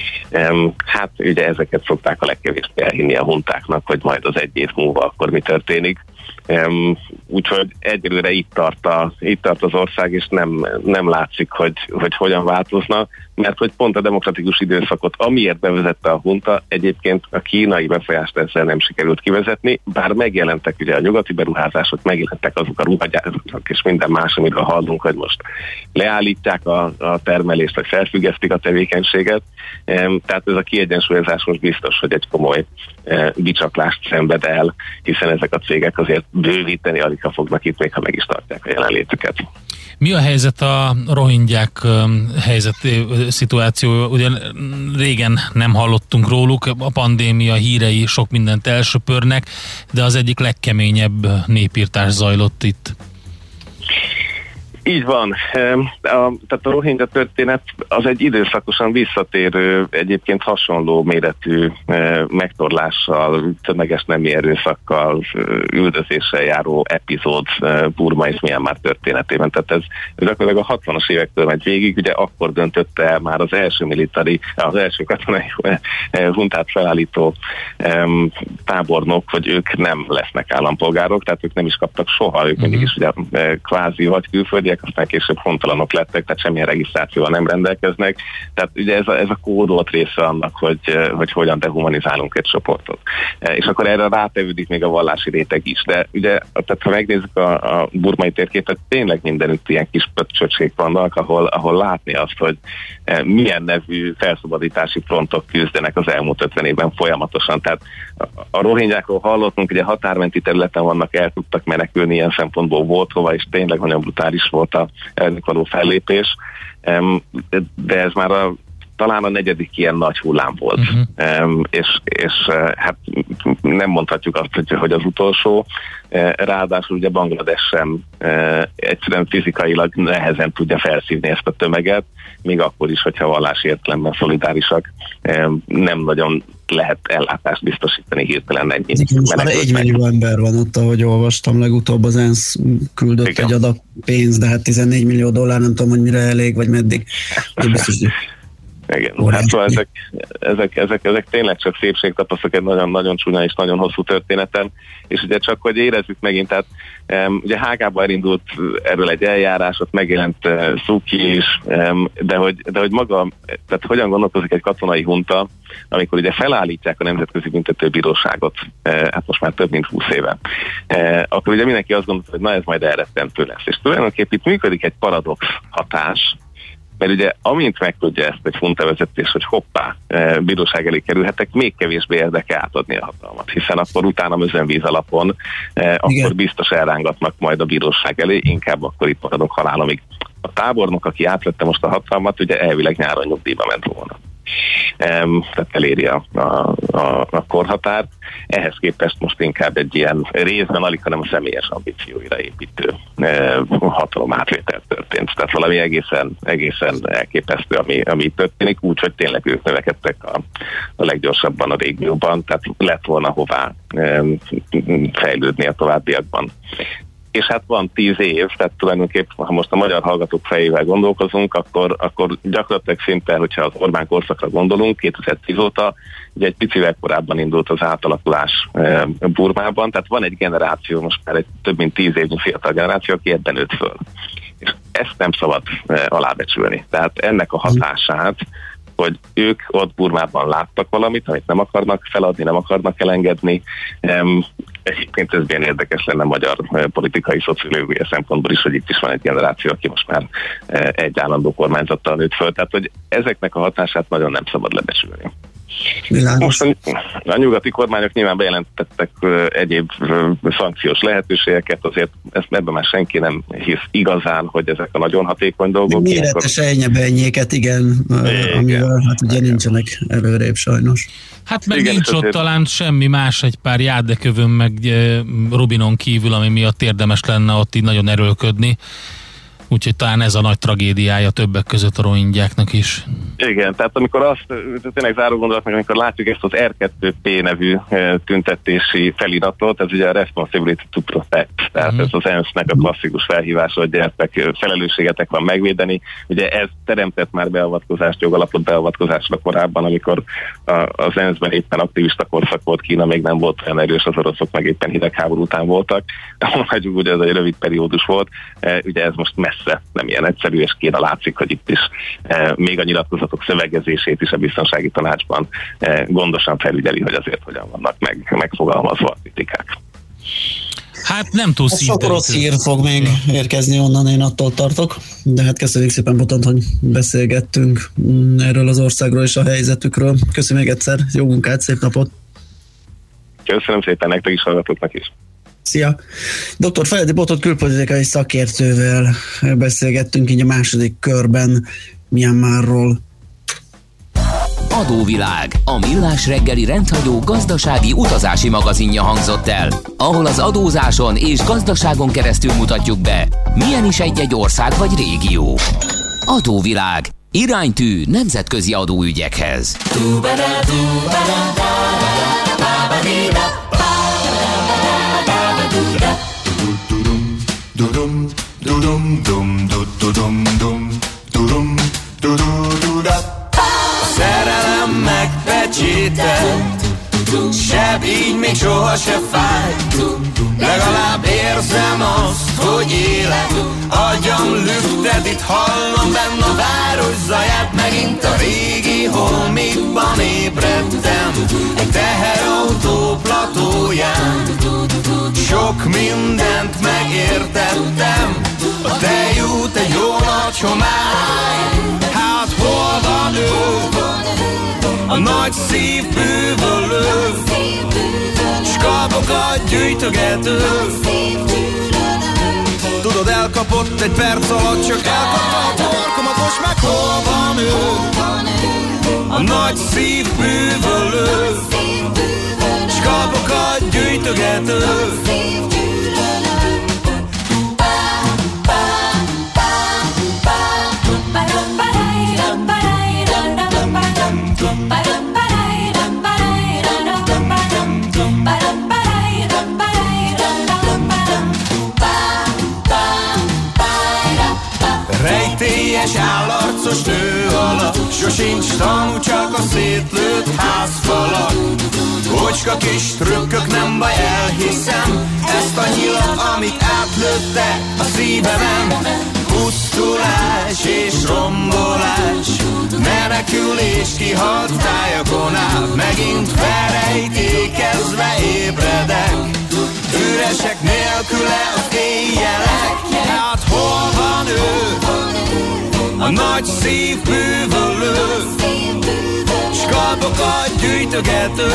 [SPEAKER 12] Hát ugye ezeket szokták a legkevésbé elhinni a huntáknak, hogy majd az egy év múlva akkor mi történik. Úgyhogy egyelőre itt tart, a, itt tart az ország, és nem, nem látszik, hogy, hogy hogyan változna, mert hogy pont a demokratikus időszakot, amiért bevezette a hunta, egyébként a kínai befolyást ezzel nem sikerült kivezetni, bár megjelentek ugye a nyugati beruházások, megjelentek azok a ruhagyárak és minden más, amiről hallunk, hogy most leállítják a, a termelést, vagy felfüggesztik a tevékenységet. Tehát ez a kiegyensúlyozás most biztos, hogy egy komoly bicsaklást szenved el, hiszen ezek a cégek azért bővíteni, alig ha fognak itt, még ha meg is tartják a jelenlétüket.
[SPEAKER 2] Mi a helyzet a rohingyák helyzet szituáció? Ugye régen nem hallottunk róluk, a pandémia hírei sok mindent elsöpörnek, de az egyik legkeményebb népírtás zajlott itt.
[SPEAKER 12] Így van. A, tehát a rohingya történet az egy időszakosan visszatérő, egyébként hasonló méretű megtorlással, tömeges nemi erőszakkal, üldözéssel járó epizód Burma és Myanmar történetében. Tehát ez, ez gyakorlatilag a hatvanas évektől megy végig, ugye akkor döntötte el már az első militari, az első katonai huntát felállító tábornok, hogy ők nem lesznek állampolgárok, tehát ők nem is kaptak soha, ők mindig is ugye kvázi vagy külföldiek, cégek, aztán később hontalanok lettek, tehát semmilyen regisztrációval nem rendelkeznek. Tehát ugye ez a, ez a kódolt része annak, hogy, hogy hogyan dehumanizálunk egy csoportot. És akkor erre rátevődik még a vallási réteg is. De ugye, tehát ha megnézzük a, a burmai térképet, tényleg mindenütt ilyen kis pötcsöcsék vannak, ahol, ahol látni azt, hogy milyen nevű felszabadítási frontok küzdenek az elmúlt ötven évben folyamatosan. Tehát a rohingyákról hallottunk, ugye határmenti területen vannak, el tudtak menekülni, ilyen szempontból volt hova, és tényleg nagyon brutális volt a ellenük való fellépés, de ez már a, talán a negyedik ilyen nagy hullám volt. Uh-huh. És, és hát nem mondhatjuk azt, hogy, hogy az utolsó, ráadásul ugye Banglades sem egyszerűen fizikailag nehezen tudja felszívni ezt a tömeget, még akkor is, hogyha vallási értelemben szolidárisak, nem nagyon lehet ellátást biztosítani hirtelen ennyi.
[SPEAKER 1] Most már egy millió ember van ott, ahogy olvastam, legutóbb az ENSZ küldött Igen. egy adag pénzt, de hát tizennégy millió dollár, nem tudom, hogy mire elég, vagy meddig. Én biztos, hogy
[SPEAKER 12] Igen, hát szóval ezek, ezek, ezek, ezek tényleg csak szépségtapasztok egy nagyon-nagyon csúnya és nagyon hosszú történeten, és ugye csak, hogy érezzük megint, tehát um, ugye Hágában elindult erről egy eljárás, ott megjelent uh, Szuki is, um, de, hogy, de hogy maga, tehát hogyan gondolkozik egy katonai hunta, amikor ugye felállítják a Nemzetközi Büntetőbíróságot, uh, hát most már több mint húsz éve, uh, akkor ugye mindenki azt gondolta, hogy na ez majd elrettentő lesz. És tulajdonképpen itt működik egy paradox hatás, mert ugye amint megtudja ezt egy funtavezetés, hogy hoppá, bíróság elé kerülhetek, még kevésbé érdeke átadni a hatalmat, hiszen akkor utána özönvíz alapon, eh, akkor biztos elrángatnak majd a bíróság elé, inkább akkor itt maradok halálomig. A tábornok, aki átvette most a hatalmat, ugye elvileg nyáron nyugdíjba ment volna. Um, tehát eléri a, a, a, a korhatárt. Ehhez képest most inkább egy ilyen részben alig, hanem a személyes ambícióira építő uh, hatalom átvétel történt. Tehát valami egészen, egészen elképesztő, ami, ami történik, úgyhogy tényleg ők növekedtek a, a leggyorsabban a régióban, tehát lett volna hová um, fejlődni a továbbiakban. És hát van tíz év, tehát tulajdonképpen, ha most a magyar hallgatók fejével gondolkozunk, akkor, akkor gyakorlatilag szinte, hogyha az Orbán korszakra gondolunk, kétezer-tíz óta, ugye egy picivel korábban indult az átalakulás e, Burmában, tehát van egy generáció, most már egy több mint tíz évnyi fiatal generáció, aki ebben nőtt föl. És ezt nem szabad e, alábecsülni. Tehát ennek a hatását, hogy ők ott Burmában láttak valamit, amit nem akarnak feladni, nem akarnak elengedni. Um, egyébként ez bien érdekes lenne magyar uh, politikai szociológiai szempontból is, hogy itt is van egy generáció, aki most már uh, egy állandó kormányzattal nőtt föl. Tehát, hogy ezeknek a hatását nagyon nem szabad lebecsülni. Most a, a nyugati kormányok nyilván bejelentettek uh, egyéb uh, szankciós lehetőségeket, azért ezt ebben már senki nem hisz igazán, hogy ezek a nagyon hatékony dolgok.
[SPEAKER 1] Méretes ennyebenyéket, igen, igen, amivel hát ugye igen. nincsenek előrébb sajnos.
[SPEAKER 2] Hát meg igen, nincs ott azért talán semmi más, egy pár jádekövön meg e, Robinon kívül, ami miatt érdemes lenne ott így nagyon erőlködni. Úgyhogy talán ez a nagy tragédiája többek között a rohingyáknak is.
[SPEAKER 12] Igen, tehát amikor azt, tényleg záró gondolatnak, amikor látjuk ezt az er kettő pé nevű tüntetési feliratot, ez ugye a Responsibility to Protect, tehát mm. ez az ENSZ-nek a klasszikus felhívása, hogy gyertek, felelősségetek van megvédeni. Ugye ez teremtett már beavatkozást, jogalapot beavatkozásra korábban, amikor az ENSZ-ben éppen aktivista korszak volt, Kína még nem volt olyan erős, az oroszok meg éppen hidegháború után voltak. Mondjuk ugye ez egy rövid periódus volt, ugye ez most messze nem ilyen egyszerű, és Kína látszik, hogy itt is e, még a nyilatkozatok szövegezését is a biztonsági tanácsban e, gondosan felügyeli, hogy azért hogyan vannak meg, megfogalmazva a kritikák.
[SPEAKER 2] Hát nem túl szívderítő.
[SPEAKER 1] Sok rossz hír fog még érkezni onnan, én attól tartok, de hát köszönjük szépen, Botont, hogy beszélgettünk erről az országról és a helyzetükről. Köszönjük még egyszer, jó munkát, szép napot!
[SPEAKER 12] Köszönöm szépen nektek is, hallgatóknak is!
[SPEAKER 1] Szia! doktor Feledi Botot külpolitikai szakértővel beszélgettünk így a második körben Myanmarról.
[SPEAKER 3] Adóvilág, a millás reggeli rendhagyó gazdasági utazási magazinja hangzott el, ahol az adózáson és gazdaságon keresztül mutatjuk be, milyen is egy-egy ország vagy régió. Adóvilág, iránytű nemzetközi adóügyekhez.
[SPEAKER 8] A szerelem megpecsételt,
[SPEAKER 13] sebb így még soha se fáj. Legalább érzem azt, hogy élek, agyam lüktet, itt hallom benne a város zaját. Megint a régi holmikban ébredtem, egy teherautó platóján. Sok mindent megértettem, a tejút egy jó nagy homály. Hát hol van ő, a nagy szív bűvölő, s kalpokat gyűjtögető. Tudod, elkapott egy perc alatt, csak elkapta a torkomat, most meg hol van ő, a nagy szív bűvölő, s kalpokat gyűjtögető. Rejtélyes állarcos nő alak, sosincs tanú, csak a szétlőtt házfalak. Ocska kis trükkök, nem baj, elhiszem ezt a nyilat, amit átlőtte a szívemen. Pusztulás és rombolás, menekülés kihalt tájakon át. Megint felrejtékezve ébredek, üresek nélküle az éjjelek. Hát hol van ő, a nagy szív bűvölő, s kalpokat gyűjtögető.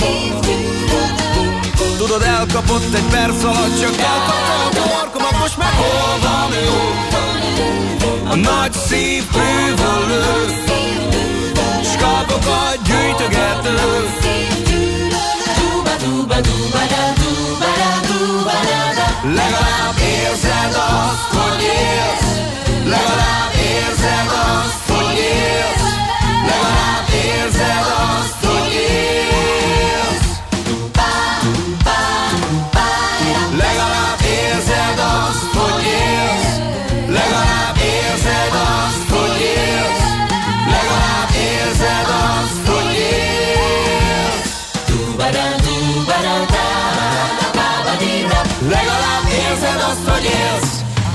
[SPEAKER 13] Tudod, elkapott egy perc alatt, csak elkapta a torkomat, most meg hol van ő, a nagy szív bűvölő, s kalpokat gyűjtögető. Legalább érzed azt, hogy élsz, legalább érzed azt, hogy élsz, legalább érzed azt, hogy élsz. Legalább érzed azt, hogy élsz, legalább érzed azt, hogy élsz, legalább érzed azt, hogy élsz. Legalább érzed azt, hogy élsz.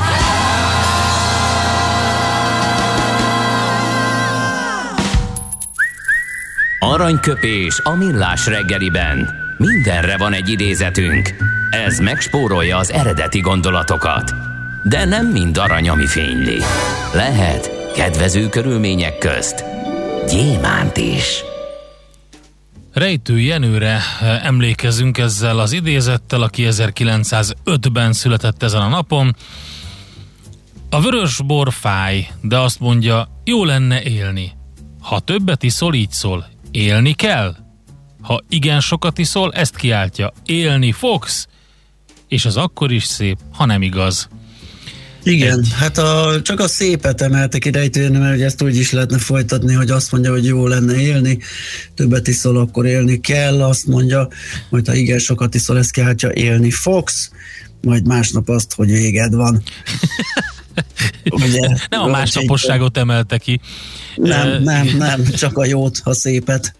[SPEAKER 3] Aranyköpés a millás reggeliben. Mindenre van egy idézetünk. Ez megspórolja az eredeti gondolatokat. De nem mind arany, ami fényli. Lehet kedvező körülmények közt gyémánt is.
[SPEAKER 2] Rejtő Jenőre emlékezünk ezzel az idézettel, aki ezerkilencszázötben született ezen a napon. A vörösbor fáj, de azt mondja, jó lenne élni. Ha többet iszol, így szól, élni kell. Ha igen sokat iszol, ezt kiáltja, élni fogsz, és az akkor is szép, ha nem igaz.
[SPEAKER 1] Igen, Egy. hát a, csak a szépet emeltek ide, mert ugye ezt úgy is lehetne folytatni, hogy azt mondja, hogy jó lenne élni, többet iszol, akkor élni kell, azt mondja, majd ha igen sokat iszol, ezt kiáltja, élni fogsz, majd másnap azt, hogy véged van.
[SPEAKER 2] Ugye, nem a másnaposságot emelte ki.
[SPEAKER 1] Nem, nem, nem, csak a jót, a szépet.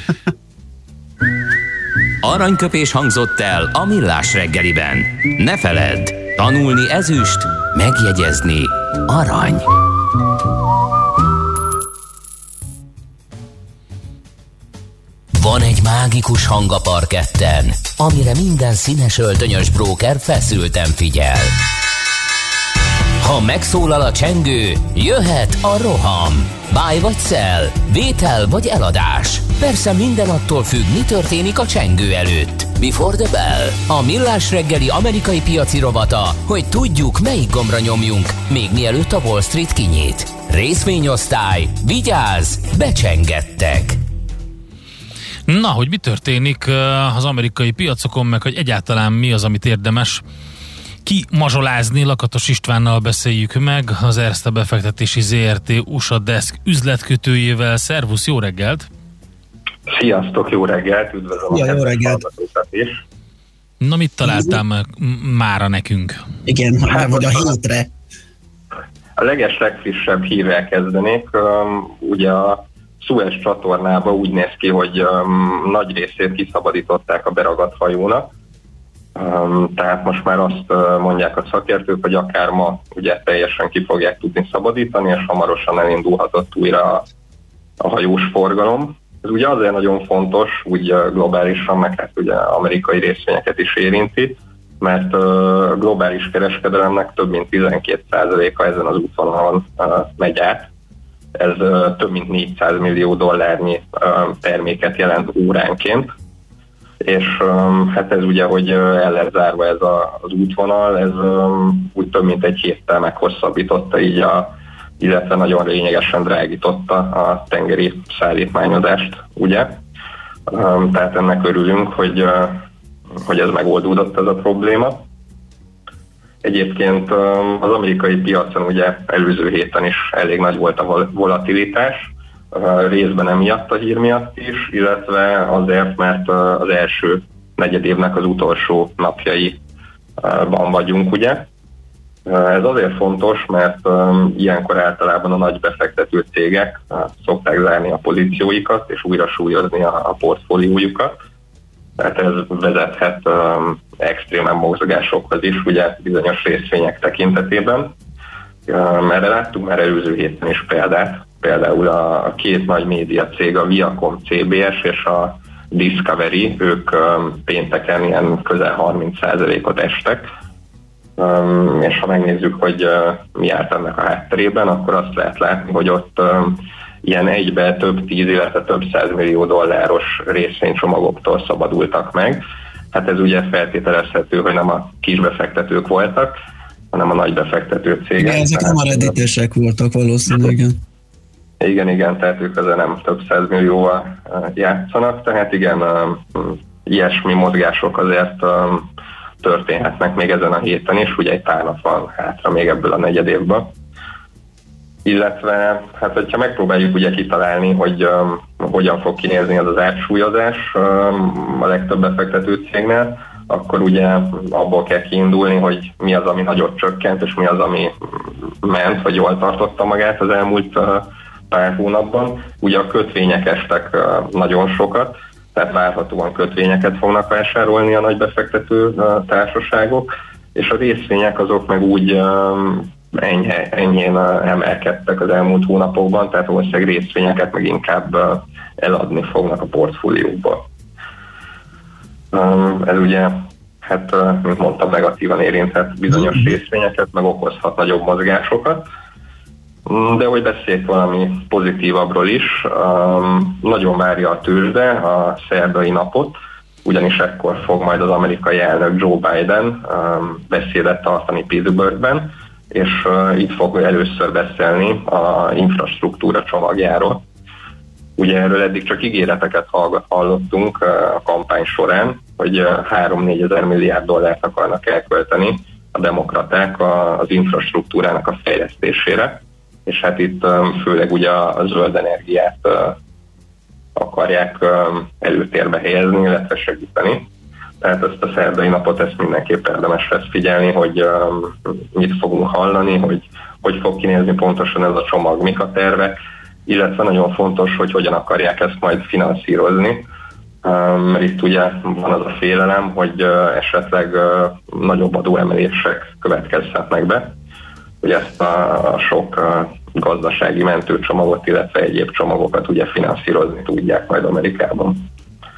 [SPEAKER 3] Aranyköpés hangzott el a millás reggeliben. Ne feledd, tanulni ezüst, megjegyezni arany. Van egy mágikus hang a parketten, amire minden színes öltönyös bróker feszülten figyel. Ha megszólal a csengő, jöhet a roham. Buy vagy sell, vétel vagy eladás. Persze minden attól függ, mi történik a csengő előtt. Before the bell, a millás reggeli amerikai piaci rovata, hogy tudjuk, melyik gombra nyomjunk, még mielőtt a Wall Street kinyit. Részvényosztály, vigyázz, becsengettek!
[SPEAKER 2] Na, hogy mi történik az amerikai piacokon, meg hogy egyáltalán mi az, amit érdemes kimazsolázni, Lakatos Istvánnal beszéljük meg, az Erste befektetési zé er té u es á Desk üzletkötőjével. Szervusz, jó reggelt!
[SPEAKER 14] Sziasztok, jó reggelt, üdvözlöm
[SPEAKER 1] ja,
[SPEAKER 14] a
[SPEAKER 1] jó reggelt
[SPEAKER 14] is.
[SPEAKER 2] Na, mit találtál meg mára nekünk?
[SPEAKER 1] Igen, hát, vagy a hétre.
[SPEAKER 14] A leges legfrissebb hírrel kezdenék. Um, ugye a Szuez csatornába úgy néz ki, hogy um, nagy részét kiszabadították a beragadt hajónak. Um, tehát most már azt uh, mondják a szakértők, hogy akár ma ugye teljesen ki fogják tudni szabadítani, és hamarosan elindulhatott újra a, a hajós forgalom. Ez ugye azért nagyon fontos, úgy uh, globálisan, meg hát ugye amerikai részvényeket is érinti, mert uh, globális kereskedelemnek több mint tizenkét százaléka ezen az útvonalon uh, megy át. Ez uh, több mint négyszáz millió dollárnyi uh, terméket jelent óránként, és um, hát ez ugye, hogy uh, el lett zárva ez a, az útvonal, ez um, úgy több mint egy héttel meghosszabbította így a, illetve nagyon lényegesen drágította a tengeri szállítmányozást, ugye? Um, tehát ennek örülünk, hogy, uh, hogy ez megoldódott ez a probléma. Egyébként um, az amerikai piacon ugye előző héten is elég nagy volt a volatilitás, uh, részben emiatt a hír miatt is, illetve azért, mert uh, az első negyedévnek az utolsó napjaiban vagyunk, ugye. Uh, ez azért fontos, mert um, ilyenkor általában a nagy befektető cégek uh, szokták zárni a pozícióikat és újra súlyozni a, a portfóliójukat. Tehát ez vezethet um, extrémen mozgásokhoz is, ugye bizonyos részvények tekintetében. Um, erre láttuk már előző héten is példát. Például a, a két nagy média cég, a Viacom cé bé es és a Discovery, ők um, pénteken ilyen közel harminc százalékot estek. Um, és ha megnézzük, hogy uh, mi állt ennek a hátterében, akkor azt lehet látni, hogy ott um, ilyen egybe több tíz, illetve több százmillió dolláros részvénycsomagoktól szabadultak meg. Hát ez ugye feltételezhető, hogy nem a kisbefektetők voltak, hanem a nagy befektető cégek.
[SPEAKER 1] Igen, ezek nem a redditesek voltak valószínűleg.
[SPEAKER 14] Igen, igen, tehát ők ezzel nem több százmillióval játszanak, tehát igen, ilyesmi mozgások azért történhetnek még ezen a héten is, ugye egy pár nap van hátra még ebből a negyedévből. Illetve, hát hogyha megpróbáljuk ugye kitalálni, hogy um, hogyan fog kinézni az az átsúlyozás um, a legtöbb befektető cégnél, akkor ugye abból kell kiindulni, hogy mi az, ami nagyot csökkent, és mi az, ami ment, vagy jól tartotta magát az elmúlt uh, pár hónapban. Ugye a kötvények estek uh, nagyon sokat, tehát várhatóan kötvényeket fognak vásárolni a nagy befektető uh, társaságok, és a részvények azok meg úgy um, Enyhe, enyhén emelkedtek az elmúlt hónapokban, tehát valószínűleg részvényeket meg inkább eladni fognak a portfóliókba. Ez ugye, hát mint mondtam, negatívan érinthet bizonyos részvényeket, meg okozhat nagyobb mozgásokat. De hogy beszéljek valami pozitívabbról is, nagyon várja a tőzsde a szerdai napot, ugyanis ekkor fog majd az amerikai elnök Joe Biden beszédet tartani Pittsburghben, és uh, itt fog először beszélni a infrastruktúra csomagjáról. Ugye erről eddig csak ígéreteket hallottunk uh, a kampány során, hogy uh, három-négy ezer milliárd dollárt akarnak elkölteni a demokraták a, az infrastruktúrának a fejlesztésére, és hát itt um, főleg ugye a, a zöld energiát uh, akarják um, előtérbe helyezni, illetve segíteni. Tehát ezt a szerdai napot ezt mindenképp érdemes lesz figyelni, hogy um, mit fogunk hallani, hogy hogy fog kinézni pontosan ez a csomag, mik a tervek, illetve nagyon fontos, hogy hogyan akarják ezt majd finanszírozni. Um, mert itt ugye van az a félelem, hogy uh, esetleg uh, nagyobb adóemelések következhetnek be, hogy ezt a, a sok uh, gazdasági mentőcsomagot, illetve egyéb csomagokat ugye finanszírozni tudják majd Amerikában.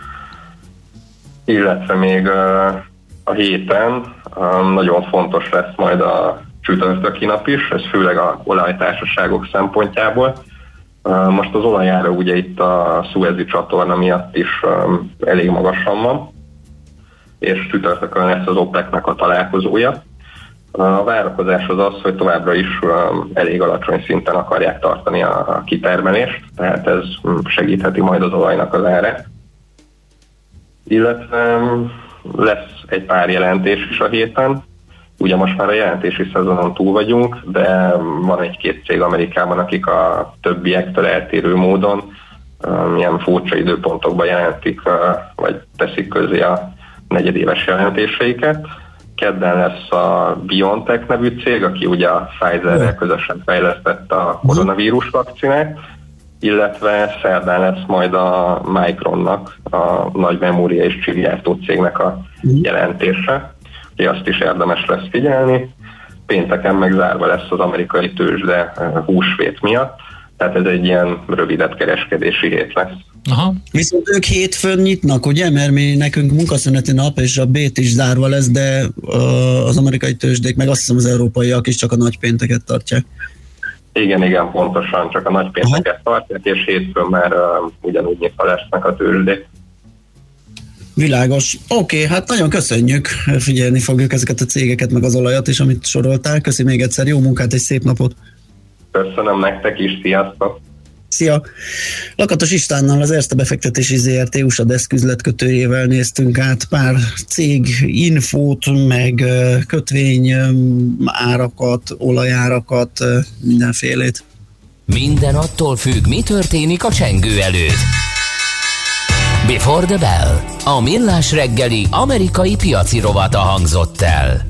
[SPEAKER 14] Illetve még uh, a héten um, nagyon fontos lesz majd a csütörtöki nap is, ez főleg a olajtársaságok szempontjából. Uh, most az olajára ugye itt a Szuezi csatorna miatt is um, elég magasan van, és csütörtökön lesz az OPEC-nek a találkozója. A várakozás az az, hogy továbbra is um, elég alacsony szinten akarják tartani a, a kitermelést, tehát ez um, segítheti majd az olajnak az árát. Illetve lesz egy pár jelentés is a héten. Ugye most már a jelentési szezonon túl vagyunk, de van egy-két cég Amerikában, akik a többiektől eltérő módon milyen furcsa időpontokban jelentik, vagy teszik közé a negyedéves jelentéseiket. Kedden lesz a BioNTech nevű cég, aki ugye a Pfizerrel közösen fejlesztette a koronavírus vakcinát, illetve szerdán lesz majd a Micronnak, a nagy memória és chipgyártó cégnek a jelentése, úgyhogy azt is érdemes lesz figyelni. Pénteken meg zárva lesz az amerikai tőzsde húsvét miatt, tehát ez egy ilyen rövidebb kereskedési hét lesz.
[SPEAKER 1] Aha. Viszont ők hétfőn nyitnak, ugye? Mert mi nekünk munkaszüneti nap, és a bét is zárva lesz, de az amerikai tőzsdék, meg azt hiszem az európaiak is csak a nagypénteket tartják.
[SPEAKER 14] Igen, igen, pontosan, csak a nagypénteket tartják, és hétfőn már uh, ugyanúgy nyitva lesznek a tőzsdék.
[SPEAKER 1] Világos. Oké, okay, hát nagyon köszönjük. Figyelni fogjuk ezeket a cégeket, meg az olajat is, amit soroltál. Köszi még egyszer, jó munkát és szép napot.
[SPEAKER 14] Köszönöm nektek is, sziasztok!
[SPEAKER 1] Szia! Lakatos Istvánnal, az Erste Befektetési zé er té u es á deszk üzletkötőjével néztünk át pár cég infót, meg kötvény árakat, olajárakat, mindenfélét.
[SPEAKER 3] Minden attól függ, mi történik a csengő előtt. Before the Bell, a millás reggeli amerikai piaci rovata hangzott el.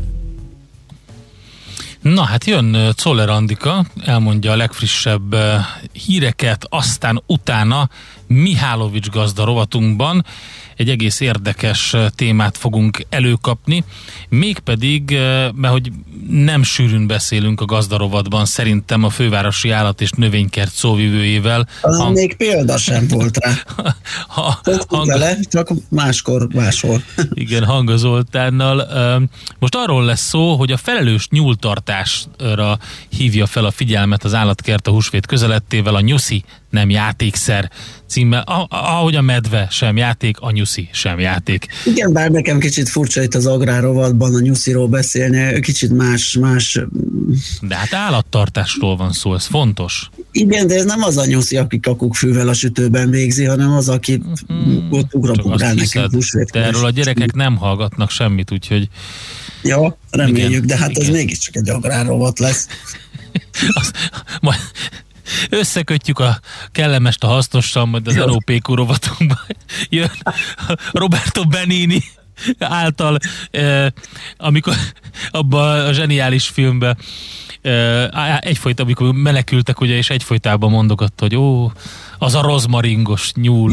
[SPEAKER 2] Na hát jön Czoller Andika, elmondja a legfrissebb híreket, aztán utána Mihálovics gazda rovatunkban egy egész érdekes témát fogunk előkapni, mégpedig, mert hogy nem sűrűn beszélünk a gazdarovatban, szerintem a fővárosi állat- és növénykert szóvivőjével.
[SPEAKER 1] Hang... Még példa sem volt rá. ha, hang... vele, csak máskor máshol.
[SPEAKER 2] Igen, Hanga Zoltánnal. Most arról lesz szó, hogy a felelős nyúltartásra hívja fel a figyelmet az állatkert a húsvét közelettével, a nyuszi nem játékszer címmel, ahogy a medve sem játék, a nyuszi sem játék.
[SPEAKER 1] Igen, bár nekem kicsit furcsa itt az agrárovatban a nyusziról beszélni, kicsit más, más...
[SPEAKER 2] De hát állattartásról van szó, ez fontos.
[SPEAKER 1] Igen, de ez nem az a nyuszi, aki kakukkfűvel a sütőben végzi, hanem az, aki mm-hmm. ott ugrál nekem húsvét.
[SPEAKER 2] De erről a gyerekek nem hallgatnak semmit, úgyhogy...
[SPEAKER 1] Ja, reméljük, igen, de hát igen. Ez mégiscsak egy agrárrovat lesz.
[SPEAKER 2] az, majd összekötjük a kellemest a hasznossal, majd az en o pé kú rovatunkban jön Roberto Benini által, eh, amikor abban a zseniális filmben eh, egyfolytában, amikor menekültek, ugye, és egyfolytában mondogatta, hogy ó, az a rozmaringos nyúl.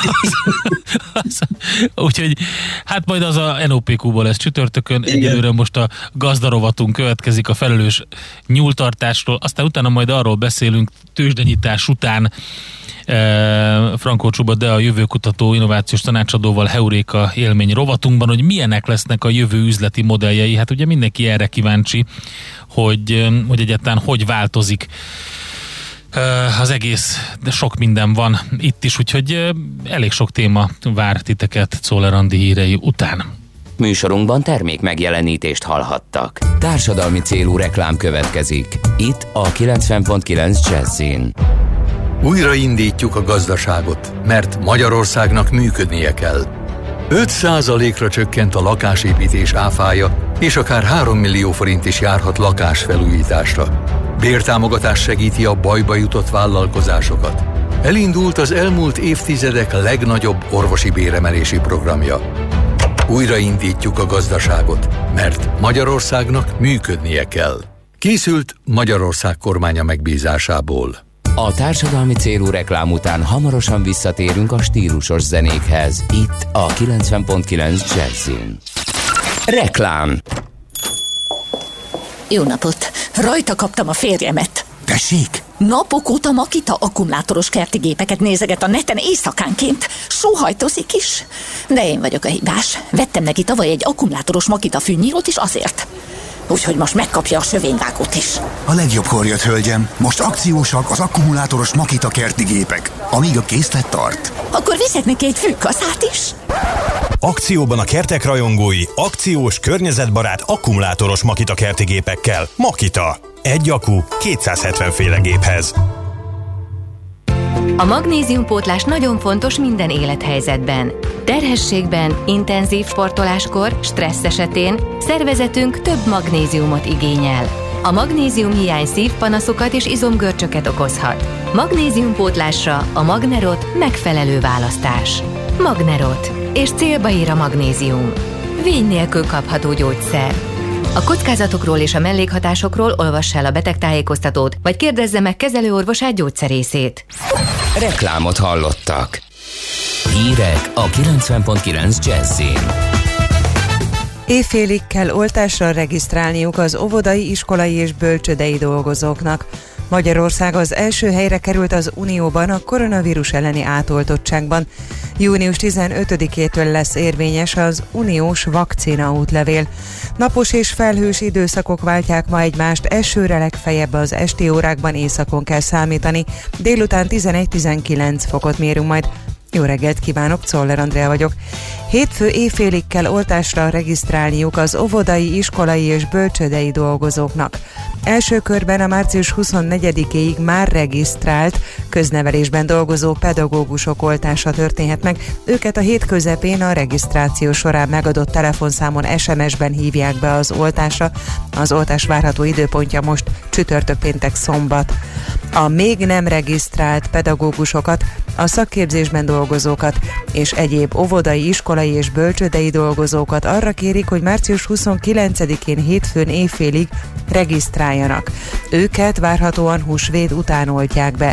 [SPEAKER 2] Úgyhogy hát majd az a en o pé kú-ból lesz csütörtökön. Egyelőre most a gazdarovatunk következik a felelős nyúltartásról, aztán utána majd arról beszélünk tőzsdenyítás után eh, Frankó Csuba, de a jövőkutató innovációs tanácsadóval Heuréka élmény rovatunkban, hogy milyenek lesznek a jövő üzleti modelljei. Hát ugye mindenki erre kíváncsi, hogy, hogy egyáltalán hogy változik az egész, de sok minden van itt is, úgyhogy elég sok téma vár titeket Czoller Andi hírei után.
[SPEAKER 3] Műsorunkban termék megjelenítést hallhattak. Társadalmi célú reklám következik. Itt a kilencven pont kilenc Jazzin.
[SPEAKER 15] Újraindítjuk a gazdaságot, mert Magyarországnak működnie kell. öt százalékra csökkent a lakásépítés áfája, és akár három millió forint is járhat lakásfelújításra. Bértámogatás segíti a bajba jutott vállalkozásokat. Elindult az elmúlt évtizedek legnagyobb orvosi béremelési programja. Újraindítjuk a gazdaságot, mert Magyarországnak működnie kell. Készült Magyarország kormánya megbízásából.
[SPEAKER 3] A társadalmi célú reklám után hamarosan visszatérünk a stílusos zenékhez. Itt a kilencven pont kilenc Jazzin. Reklám.
[SPEAKER 16] Jó napot! Rajta kaptam a férjemet.
[SPEAKER 17] Tessék?
[SPEAKER 16] Napok óta Makita akkumulátoros kerti gépeket nézeget a neten éjszakánként. Sóhajtozik is. De én vagyok a hibás. Vettem neki tavaly egy akkumulátoros Makita fűnyírót is azért. Úgyhogy most megkapja a sövényvágót is.
[SPEAKER 17] A legjobbkor jött, hölgyem. Most akciósak az akkumulátoros Makita kerti gépek, amíg a készlet tart.
[SPEAKER 16] Akkor viszek neki egy fűkaszát is.
[SPEAKER 4] Akcióban a kertek rajongói, akciós, környezetbarát, akkumulátoros Makita kerti gépekkel. Makita. Egy akku kétszázhetven féle géphez.
[SPEAKER 5] A magnéziumpótlás nagyon fontos minden élethelyzetben. Terhességben, intenzív sportoláskor, stressz esetén szervezetünk több magnéziumot igényel. A magnézium hiány szívpanaszokat és izomgörcsöket okozhat. Magnéziumpótlásra a Magnerot megfelelő választás. Magnerot. És célba ír a magnézium. Vény nélkül kapható gyógyszer. A kockázatokról és a mellékhatásokról olvass el a betegtájékoztatót, vagy kérdezze meg kezelőorvosát, gyógyszerészét.
[SPEAKER 3] Reklámot hallottak. Hírek a kilencven pont kilenc Jazzin.
[SPEAKER 6] Éjfélig kell oltásra regisztrálniuk az óvodai, iskolai és bölcsődei dolgozóknak. Magyarország az első helyre került az Unióban a koronavírus elleni átoltottságban. június tizenötödikétől lesz érvényes az uniós vakcina útlevél. Napos és felhős időszakok váltják ma egymást, esőre legfeljebb az esti órákban, északon kell számítani. Délután tizenegy-tizenkilenc fokot mérünk majd. Jó reggelt kívánok, Czoller Andrea vagyok. Hétfő éjfélig kell oltásra regisztrálniuk az óvodai, iskolai és bölcsődei dolgozóknak. Első körben a március huszonnegyedikéig már regisztrált köznevelésben dolgozó pedagógusok oltása történhet meg. Őket a hét közepén a regisztráció során megadott telefonszámon es em es-ben hívják be az oltásra. Az oltás várható időpontja most csütörtök, péntek, szombat. A még nem regisztrált pedagógusokat, a szakképzésben dolgozókat és egyéb óvodai, iskolai és bölcsődei dolgozókat arra kérik, hogy március huszonkilencedikén hétfőn éjfélig regisztráljanak. Őket várhatóan húsvét után oltják be.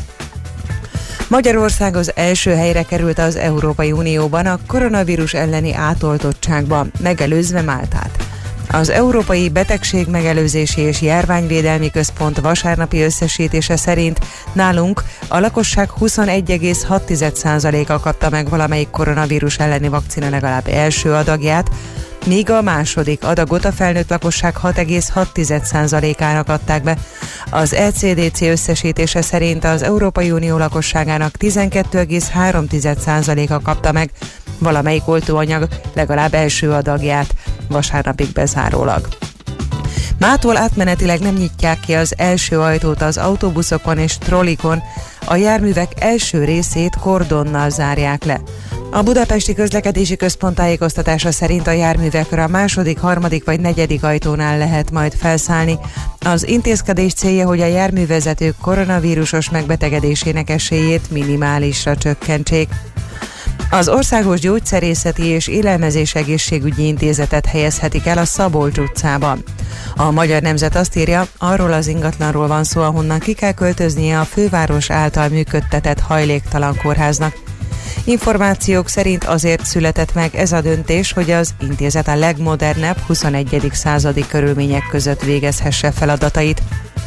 [SPEAKER 6] Magyarország az első helyre került az Európai Unióban a koronavírus elleni átoltottságban, megelőzve Máltát. Az Európai Betegség Megelőzési és Járványvédelmi Központ vasárnapi összesítése szerint nálunk a lakosság huszonegy egész hat százaléka kapta meg valamelyik koronavírus elleni vakcina legalább első adagját, míg a második adagot a felnőtt lakosság hat egész hat százalékának adták be. Az é cé dé cé összesítése szerint az Európai Unió lakosságának tizenkét egész három százaléka kapta meg valamelyik oltóanyag legalább első adagját, vasárnapig bezárólag. Mától átmenetileg nem nyitják ki az első ajtót az autóbuszokon és trollikon, a járművek első részét kordonnal zárják le. A Budapesti Közlekedési Központ tájékoztatása szerint a járművekre a második, harmadik vagy negyedik ajtónál lehet majd felszállni. Az intézkedés célja, hogy a járművezetők koronavírusos megbetegedésének esélyét minimálisra csökkentsék. Az Országos Gyógyszerészeti és Élelmezés Egészségügyi Intézetet helyezhetik el a Szabolcs utcában. A Magyar Nemzet azt írja, arról az ingatlanról van szó, ahonnan ki kell költöznie a főváros által működtetett hajléktalan kórháznak. Információk szerint azért született meg ez a döntés, hogy az intézet a legmodernebb huszonegyedik századi körülmények között végezhesse feladatait.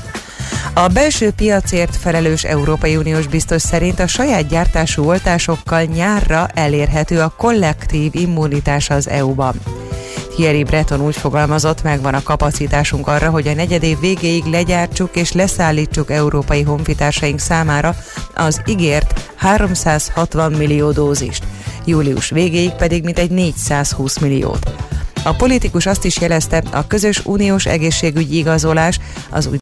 [SPEAKER 6] A belső piacért felelős Európai Uniós biztos szerint a saját gyártású oltásokkal nyárra elérhető a kollektív immunitás az é u-ban. Thierry Breton úgy fogalmazott, megvan a kapacitásunk arra, hogy a negyedév végéig legyártsuk és leszállítsuk európai honfitársaink számára az ígért háromszázhatvan millió dózist, július végéig pedig mintegy négyszázhúsz milliót. A politikus azt is jelezte, a közös uniós egészségügyi igazolás, az úgy